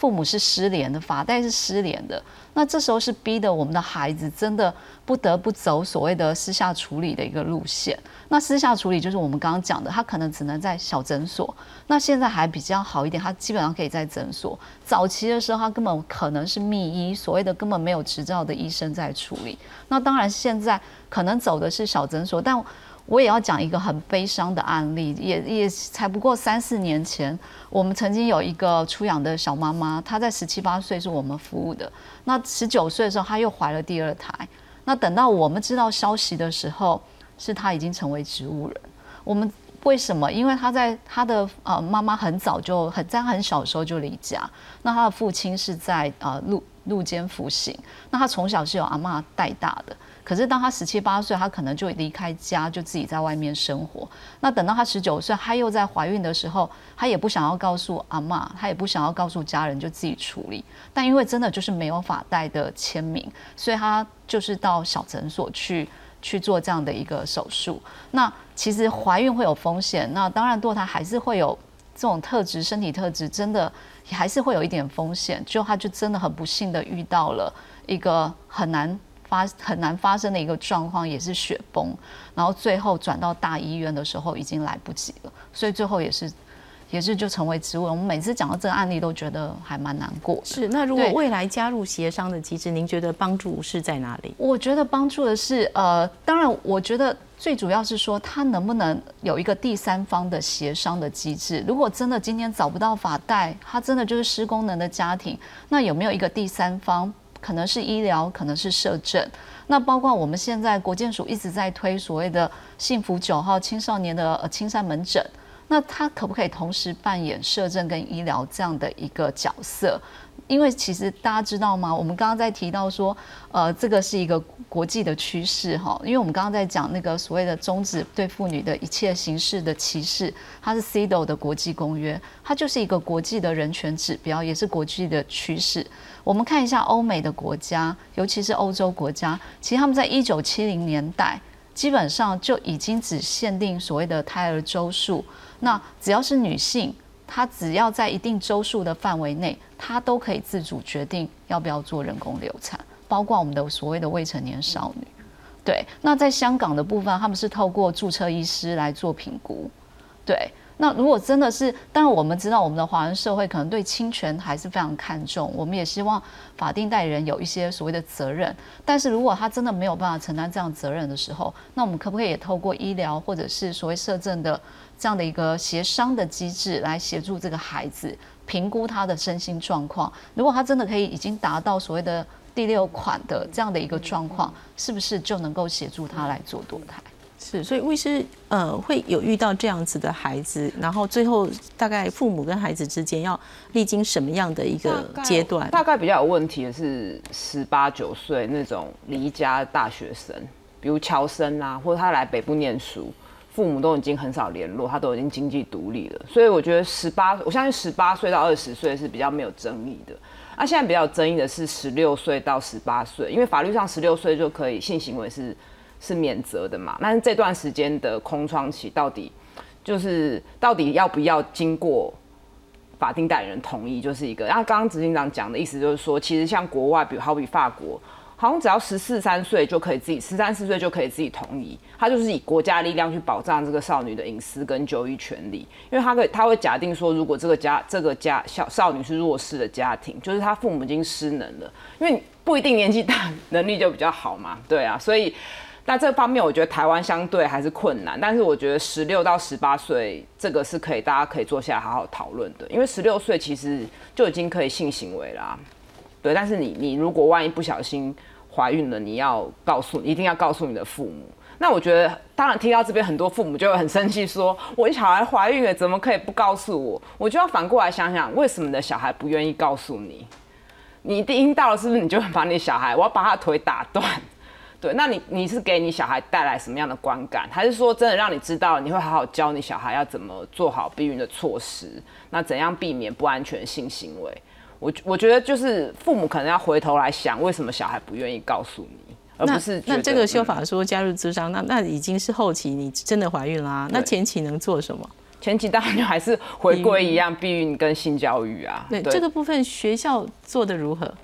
Speaker 4: 父母是失联的，法代是失联的，那这时候是逼得我们的孩子真的不得不走所谓的私下处理的一个路线。那私下处理就是我们刚刚讲的，他可能只能在小诊所，那现在还比较好一点，他基本上可以在诊所。早期的时候，他根本可能是密医，所谓的根本没有执照的医生在处理。那当然现在可能走的是小诊所，但我也要讲一个很悲伤的案例，也才不过3、4年前，我们曾经有一个出养的小妈妈，她在17、18岁是我们服务的，那19岁的时候她又怀了第2胎，那等到我们知道消息的时候，是她已经成为植物人。我们为什么？因为她的妈妈很早就在很小的时候就离家，那她的父亲是在路监服刑，那她从小是由阿嬷带大的。可是当他17、18岁，他可能就离开家，就自己在外面生活。那等到他19岁，他又在怀孕的时候，他也不想要告诉阿嬷，他也不想要告诉家人，就自己处理。但因为真的就是没有法代的签名，所以他就是到小诊所去做这样的一个手术。那其实怀孕会有风险，那当然堕胎还是会有这种特质，身体特质真的还是会有一点风险。就他就真的很不幸的遇到了一个很难发生的一个状况，也是血崩，然后最后转到大医院的时候已经来不及了，所以最后也是就成为植物人。我们每次讲到这个案例都觉得还蛮难过的。
Speaker 1: 是，那如果未来加入协商的机制，您觉得帮助是在哪里？
Speaker 4: 我觉得帮助的是当然我觉得最主要是说他能不能有一个第三方的协商的机制。如果真的今天找不到法代，他真的就是失功能的家庭，那有没有一个第三方？可能是医疗，可能是社政，那包括我们现在国健署一直在推所谓的幸福9号青少年的青善门诊，那他可不可以同时扮演社政跟医疗这样的一个角色？因为其实大家知道吗？我们刚刚在提到说，这个是一个国际的趋势哈。因为我们刚刚在讲那个所谓的终止对妇女的一切形式的歧视，它是 CEDAW 的国际公约，它就是一个国际的人权指标，也是国际的趋势。我们看一下欧美的国家，尤其是欧洲国家，其实他们在1970年代基本上就已经只限定所谓的胎儿周数，那只要是女性，她只要在一定周数的范围内，她都可以自主决定要不要做人工流产，包括我们的所谓的未成年少女。对，那在香港的部分，他们是透过注册医师来做评估。对，那如果真的是，当然我们知道我们的华人社会可能对侵权还是非常看重，我们也希望法定代理人有一些所谓的责任。但是如果他真的没有办法承担这样责任的时候，那我们可不可以也透过医疗或者是所谓社政的这样的一个协商的机制来协助这个孩子评估他的身心状况？如果他真的可以已经达到所谓的第6款的这样的一个状况，是不是就能够协助他来做堕胎？
Speaker 1: 是，所以魏师会有遇到这样子的孩子，然后最后大概父母跟孩子之间要历经什么样的一个阶段？
Speaker 3: 大概比较有问题的是18、19岁那种离家大学生，比如侨生啊，或者他来北部念书，父母都已经很少联络，他都已经经济独立了。所以我觉得我相信18岁到20岁是比较没有争议的。那现在比较有争议的是16岁到18岁，因为法律上16岁就可以性行为是免责的嘛，但是这段时间的空窗期到底要不要经过法定代理人同意，就是一个。然后刚刚执行长讲的意思就是说，其实像国外，好比法国，好像只要14、13岁就可以自己13、14岁就可以自己同意，他就是以国家力量去保障这个少女的隐私跟就医权利，因为他会假定说，如果这个少女是弱势的家庭，就是他父母已经失能了，因为不一定年纪大能力就比较好嘛，对啊，所以。那这方面我觉得台湾相对还是困难，但是我觉得16到18岁这个是大家可以坐下来好好讨论的，因为16岁其实就已经可以性行为啦，对，但是你如果万一不小心怀孕了，一定要告诉你的父母。那我觉得，当然听到这边很多父母就会很生气，说我小孩怀孕了，怎么可以不告诉我？我就要反过来想想，为什么你的小孩不愿意告诉你？你听到了是不是你就把你小孩，我要把他的腿打断？对，那你是给你小孩带来什么样的观感？还是说真的让你知道，你会好好教你小孩要怎么做好避孕的措施？那怎样避免不安全性行为？我觉得就是父母可能要回头来想，为什么小孩不愿意告诉你，而不是
Speaker 1: 那这个修法说加入咨商，那已经是后期你真的怀孕啦，那前期能做什么？
Speaker 3: 前期当然就还是回归一样，避孕跟性教育啊。
Speaker 1: 对这个部分，学校做的如何？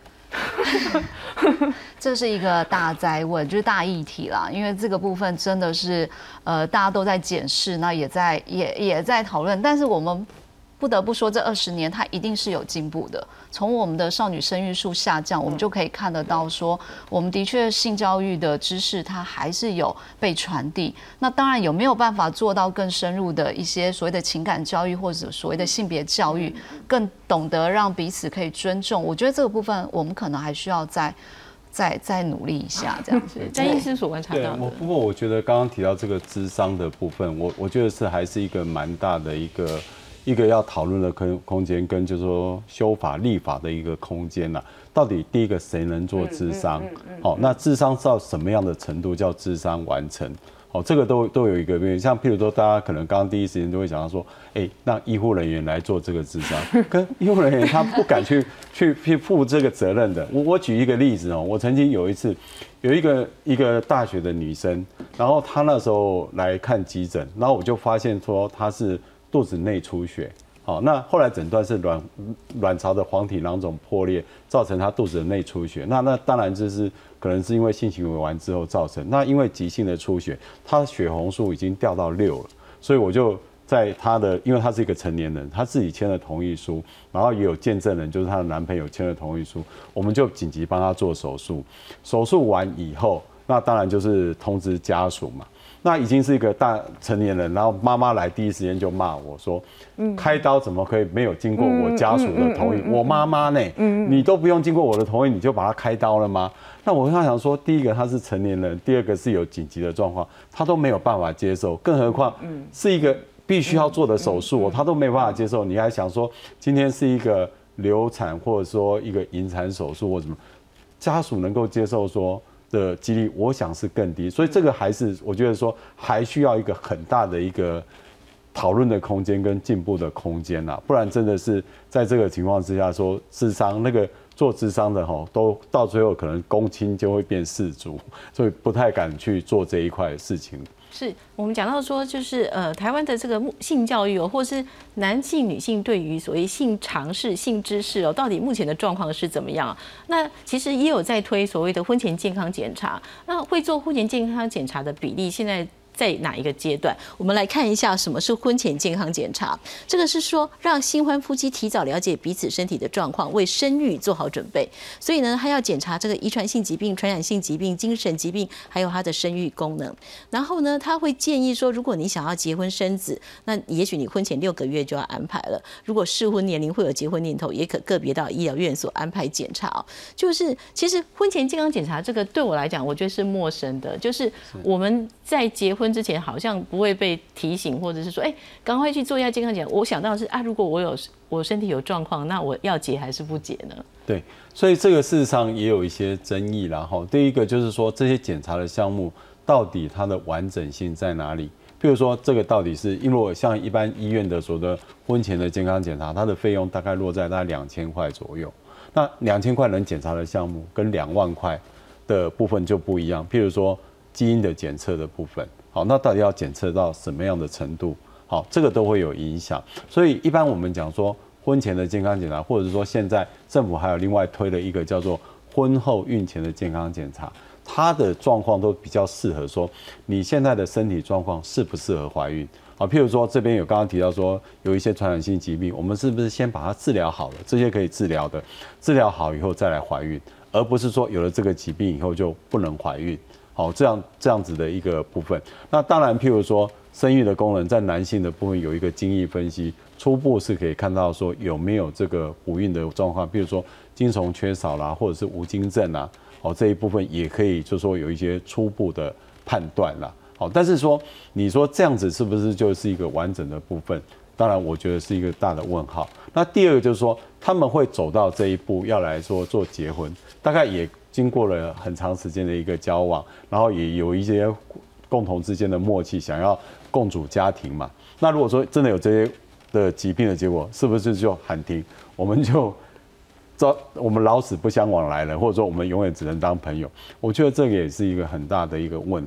Speaker 4: 这是一个大哉问，就是大议题啦。因为这个部分真的是大家都在检视，那也在讨论。但是我们不得不说，这20年它一定是有进步的。从我们的少女生育数下降，我们就可以看得到说，我们的确性教育的知识它还是有被传递。那当然有没有办法做到更深入的一些所谓的情感教育，或者所谓的性别教育，更懂得让彼此可以尊重？我觉得这个部分我们可能还需要再努力一下，这样子。
Speaker 1: 詹医师所观察到的。
Speaker 2: 不过我觉得刚刚提到这个諮商的部分，我觉得还是一个蛮大的一个要讨论的空间，跟就是说修法立法的一个空间啦。到底第一个谁能做諮商？好，那諮商到什么样的程度叫諮商完成？哦，这个都有一个像譬如说，大家可能刚刚第一时间就会想到说，让医护人员来做这个諮商，跟医护人员他不敢去负这个责任的。我举一个例子哦，我曾经有一次有一个大学的女生，然后她那时候来看急诊，然后我就发现说她是肚子内出血。好，那后来诊断是卵巢的黄体囊肿破裂，造成她肚子的内出血。那当然就是可能是因为性行为完之后造成。那因为急性的出血，她的血红素已经掉到6了，所以我就在她的，因为她是一个成年人，她自己签了同意书，然后也有见证人，就是她的男朋友签了同意书，我们就紧急帮她做手术。手术完以后，那当然就是通知家属嘛。那已经是一个大成年人，然后妈妈来第一时间就骂我说，开刀怎么可以没有经过我家属的同意？我妈妈呢？你都不用经过我的同意，你就把她开刀了吗？那我跟他想说，第一个他是成年人，第二个是有紧急的状况，他都没有办法接受，更何况是一个必须要做的手术，他都没有办法接受。你还想说，今天是一个流产或者说一个引产手术或什么，家属能够接受说的几率，我想是更低，所以这个还是我觉得说还需要一个很大的一个讨论的空间跟进步的空间啦，不然真的是在这个情况之下说諮商那个做諮商的都到最后可能公親就会变世族，所以不太敢去做这一块的事情。
Speaker 1: 是我们讲到说，就是台湾的这个性教育或是男性、女性对于所谓性常识、性知识到底目前的状况是怎么样？那其实也有在推所谓的婚前健康检查。那会做婚前健康检查的比例，现在哪一个阶段？我们来看一下什么是婚前健康检查。这个是说让新婚夫妻提早了解彼此身体的状况，为生育做好准备。所以呢，他要检查这个遗传性疾病、传染性疾病、精神疾病，还有他的生育功能。然后呢，他会建议说，如果你想要结婚生子，那也许你婚前6个月就要安排了。如果适婚年龄会有结婚念头，也可个别到医疗院所安排检查。就是其实婚前健康检查这个对我来讲，我觉得是陌生的。就是我们在结婚之前好像不会被提醒，或者是说，赶快去做一下健康检查。我想到的是如果我身体有状况，那我要结还是不结呢？
Speaker 2: 对，所以这个事实上也有一些争议啦。第一个就是说，这些检查的项目到底它的完整性在哪里？譬如说，这个到底是因为像一般医院的所谓的婚前的健康检查，它的费用大概落在大概2000块左右。那2000块能检查的项目跟2万块的部分就不一样。譬如说基因的检测的部分，好，那到底要检测到什么样的程度？好，这个都会有影响。所以一般我们讲说婚前的健康检查，或者说现在政府还有另外推了一个叫做婚后孕前的健康检查，它的状况都比较适合说你现在的身体状况适不适合怀孕。好，譬如说这边有刚刚提到说有一些传染性疾病，我们是不是先把它治疗好了？这些可以治疗的，治疗好以后再来怀孕，而不是说有了这个疾病以后就不能怀孕。好，这样子的一个部分。那当然，譬如说生育的功能，在男性的部分有一个精益分析，初步是可以看到说有没有这个不孕的状况，比如说精虫缺少啦，或者是无精症啊，这一部分也可以就说有一些初步的判断啦。好，但是说你说这样子是不是就是一个完整的部分？当然，我觉得是一个大的问号。那第二个就是说，他们会走到这一步，要来说做结婚，大概也经过了很长时间的一个交往，然后也有一些共同之间的默契，想要共组家庭嘛。那如果说真的有这些的疾病的结果，是不是就喊停？我们老死不相往来了，或者说我们永远只能当朋友？我觉得这个也是一个很大的一个问号。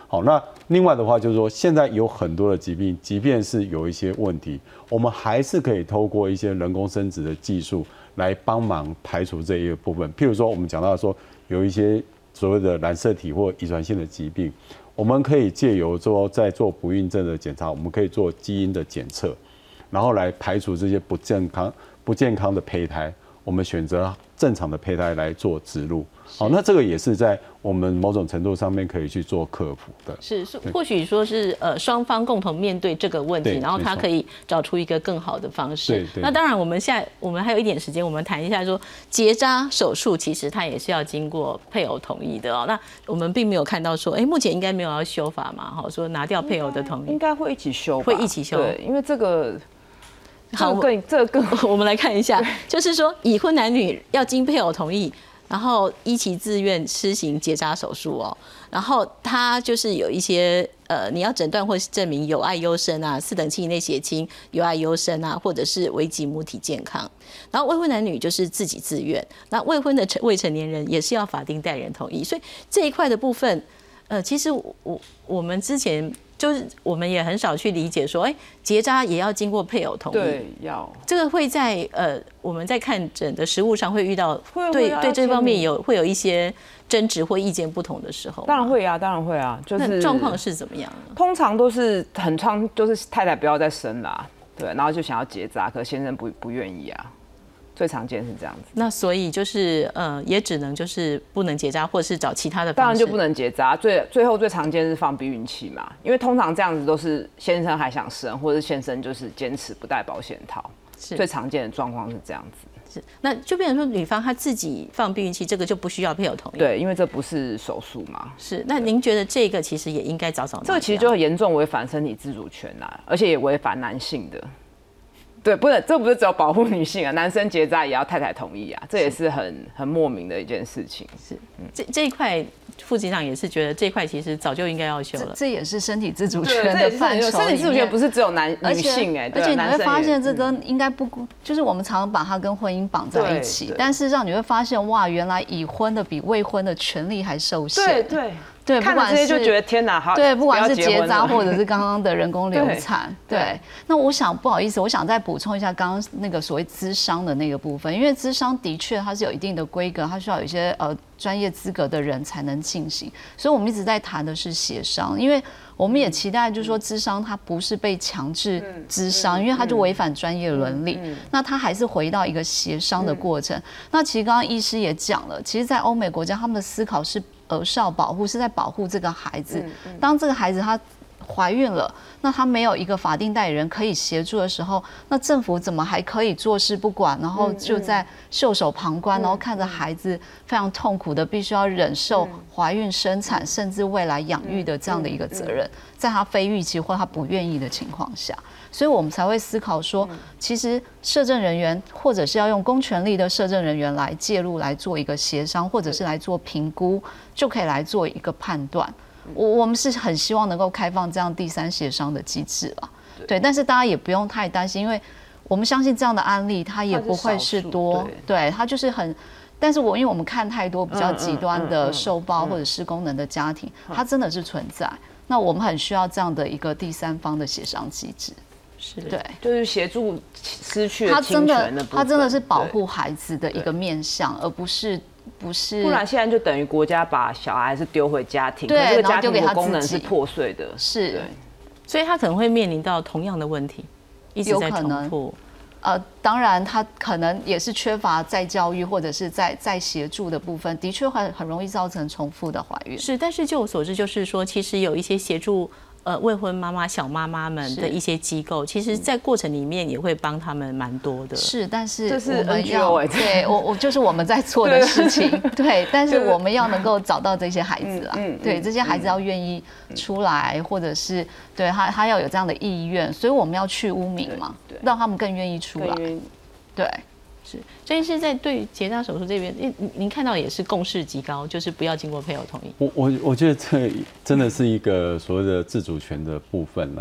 Speaker 2: 好，那另外的话就是说，现在有很多的疾病，即便是有一些问题，我们还是可以透过一些人工生殖的技术来帮忙排除这一个部分。譬如说，我们讲到说有一些所谓的染色体或遗传性的疾病，我们可以借由在做不孕症的检查，我们可以做基因的检测，然后来排除这些不健康的胚胎，我们选择正常的胚胎来做植入。好，那这个也是在我们某种程度上面可以去做克服的。
Speaker 1: 是，或许说是双方共同面对这个问题，然后他可以找出一个更好的方式。那当然，我们还有一点时间，我们谈一下说结扎手术，其实它也是要经过配偶同意的哦。那我们并没有看到说，目前应该没有要修法嘛？哈，说拿掉配偶的同意，
Speaker 3: 应该会一起修，
Speaker 1: 会一起修。
Speaker 3: 对，因为这个。
Speaker 1: 好，我们来看一下，就是说已婚男女要经配偶同意，然后依其自愿施行结扎手术哦。然后他就是有一些你要诊断或是证明有爱优生啊，4等亲以内血亲有爱优生啊，或者是危及母体健康。然后未婚男女就是自己自愿，那未婚的未成年人也是要法定代理人同意。所以这一块的部分，其实我们之前。就是我们也很少去理解说，结扎也要经过配偶同意，
Speaker 3: 对，要
Speaker 1: 这个会在我们在看诊的实务上会遇到，对这方面会有一些争执或意见不同的时候。
Speaker 3: 当然会啊，当然会啊，就是
Speaker 1: 那状况是怎么样呢？
Speaker 3: 通常都是就是太太不要再生啦，对，然后就想要结扎，可先生不愿意啊。最常见是这样子，
Speaker 1: 那所以就是也只能就是不能结扎，或者是找其他的方式。
Speaker 3: 当然就不能结扎，最后最常见是放避孕器嘛，因为通常这样子都是先生还想生，或者先生就是坚持不戴保险套，最常见的状况是这样子。
Speaker 1: 是，那就变成说女方她自己放避孕器，这个就不需要配偶同意。
Speaker 3: 对，因为这不是手术嘛。
Speaker 1: 是，那您觉得这个其实也应该早拿掉？
Speaker 3: 这个其实就很严重违反身体自主权啦，而且也违反男性的。对，这不是只有保护女性啊，男生结扎也要太太同意啊，这也是很莫名的一件事情。
Speaker 1: 是，这一块副局长也是觉得这一块其实早就应该要修了。
Speaker 4: 这也是身体自主权的范畴。
Speaker 3: 身体自主权不是只有女性而
Speaker 4: 且你会发现这跟应该不就是我们常常把它跟婚姻绑在一起，但事实上你会发现哇，原来已婚的比未婚的权利还受限。对，
Speaker 3: 看了这些就觉得天哪，好，
Speaker 4: 对，不管是结扎或者是刚刚的人工流产，对。那我想不好意思，我想再补充一下刚刚那个所谓咨商的那个部分，因为咨商的确它是有一定的规格，它需要有一些专业资格的人才能进行，所以我们一直在谈的是协商，因为我们也期待就是说咨商它不是被强制咨商，因为它就违反专业伦理，那它还是回到一个协商的过程。那其实刚刚医师也讲了，其实在欧美国家他们的思考是儿少保护，是在保护这个孩子。当这个孩子他怀孕了，那他没有一个法定代理人可以协助的时候，那政府怎么还可以坐视不管，然后就在袖手旁观，然后看着孩子非常痛苦的必须要忍受怀孕、生产，甚至未来养育的这样的一个责任，在他非预期或他不愿意的情况下，所以我们才会思考说，其实社政人员或者是要用公权力的社政人员来介入，来做一个协商，或者是来做评估，就可以来做一个判断。我们是很希望能够开放这样第三协商的机制啦，对，但是大家也不用太担心，因为我们相信这样的案例它也不会是多，对，它就是很，但是因为我们看太多比较极端的受暴或者失功能的家庭，它真的是存在，那我们很需要这样的一个第三方的协商机制，
Speaker 1: 是
Speaker 4: 对，
Speaker 3: 就是协助失去了侵权的部分，
Speaker 4: 它真的是保护孩子的一个面向，而不是。
Speaker 3: 不然现在就等于国家把小孩是丢回家庭，
Speaker 4: 对，
Speaker 3: 这个家庭的功能是破碎的，
Speaker 4: 是，
Speaker 1: 所以他可能会面临到同样的问题，一直在重复。
Speaker 4: 当然他可能也是缺乏再教育或者是在协助的部分，的确很容易造成重复的怀孕。
Speaker 1: 是，但是就我所知，就是说，其实有一些协助未婚妈妈、小妈妈们的一些机构，其实在过程里面也会帮他们蛮多的。
Speaker 4: 是，但是
Speaker 3: 这是
Speaker 4: 我们要对我就是我们在做的事情，对，但是我们要能够找到这些孩子啊，对，这些孩子要愿意出来，或者是对他要有这样的意愿，所以我们要去污名嘛，让他们更愿意出来，对。
Speaker 1: 是，这是在对结扎手术这边，您看到也是共识极高，就是不要经过配偶同意。
Speaker 2: 我觉得这真的是一个所谓的自主权的部分啦。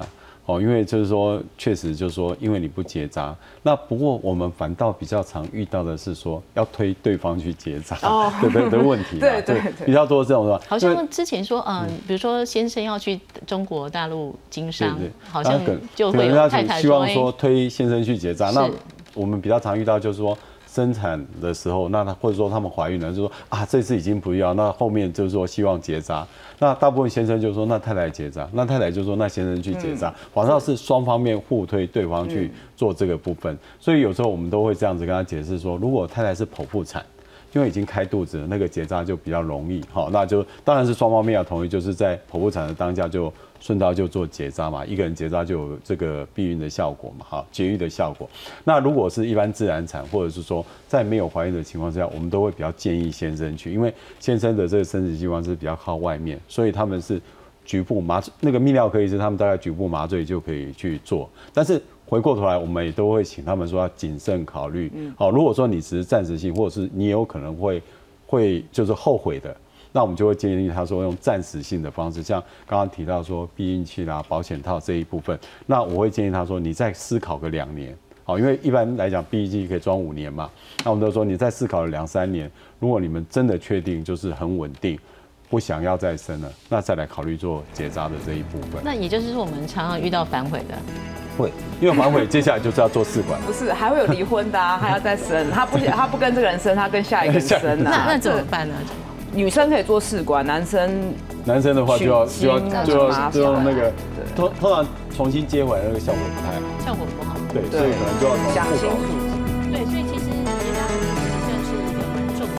Speaker 2: 因为就是说，确实就是说，因为你不结扎，那不过我们反倒比较常遇到的是说，要推对方去结扎的问题，
Speaker 3: 对，
Speaker 2: 比较多这种的。
Speaker 1: 好像之前说，比如说先生要去中国大陆经商，好像就会有太太
Speaker 2: 希望说推先生去结扎。那我们比较常遇到就是说。生产的时候，那或者说他们怀孕了，就说啊这次已经不要，那后面就是说希望结扎，那大部分先生就说那太太结扎，那太太就说那先生去结扎，反倒是双方面互推对方去做这个部分，所以有时候我们都会这样子跟他解释说，如果太太是剖腹产。因为已经开肚子了，那个结扎就比较容易，好，那就当然是双方面要同意，就是在剖腹产的当下就顺道就做结扎嘛，一个人结扎就有这个避孕的效果嘛，好，节育的效果。那如果是一般自然产，或者是说在没有怀孕的情况之下，我们都会比较建议先生去，因为先生的这个生殖器官是比较靠外面，所以他们是局部麻醉，那个泌尿科医师他们大概局部麻醉就可以去做，但是。回过头来，我们也都会请他们说要谨慎考虑。好，如果说你只是暂时性，或者是你有可能会就是后悔的，那我们就会建议他说用暂时性的方式，像刚刚提到说避孕器啦、保险套这一部分，那我会建议他说你再思考个2年。好，因为一般来讲避孕器可以装5年嘛，那我们都说你再思考了2、3年，如果你们真的确定就是很稳定。不想要再生了，那再来考虑做结扎的这一部分。
Speaker 1: 那也就是说，我们常常遇到反悔的。
Speaker 2: 会，因为反悔接下来就是要做试管。
Speaker 3: 不是，还会有离婚的啊，还要再生。他不跟这个人生，他跟下一个人生啊。
Speaker 1: 那怎么办呢？
Speaker 3: 女生可以做试管，男生
Speaker 2: 的话就要那个，通常重新接回来那个效果不太好。
Speaker 1: 效果不好。
Speaker 2: 对，所以可能就要
Speaker 3: 想清楚。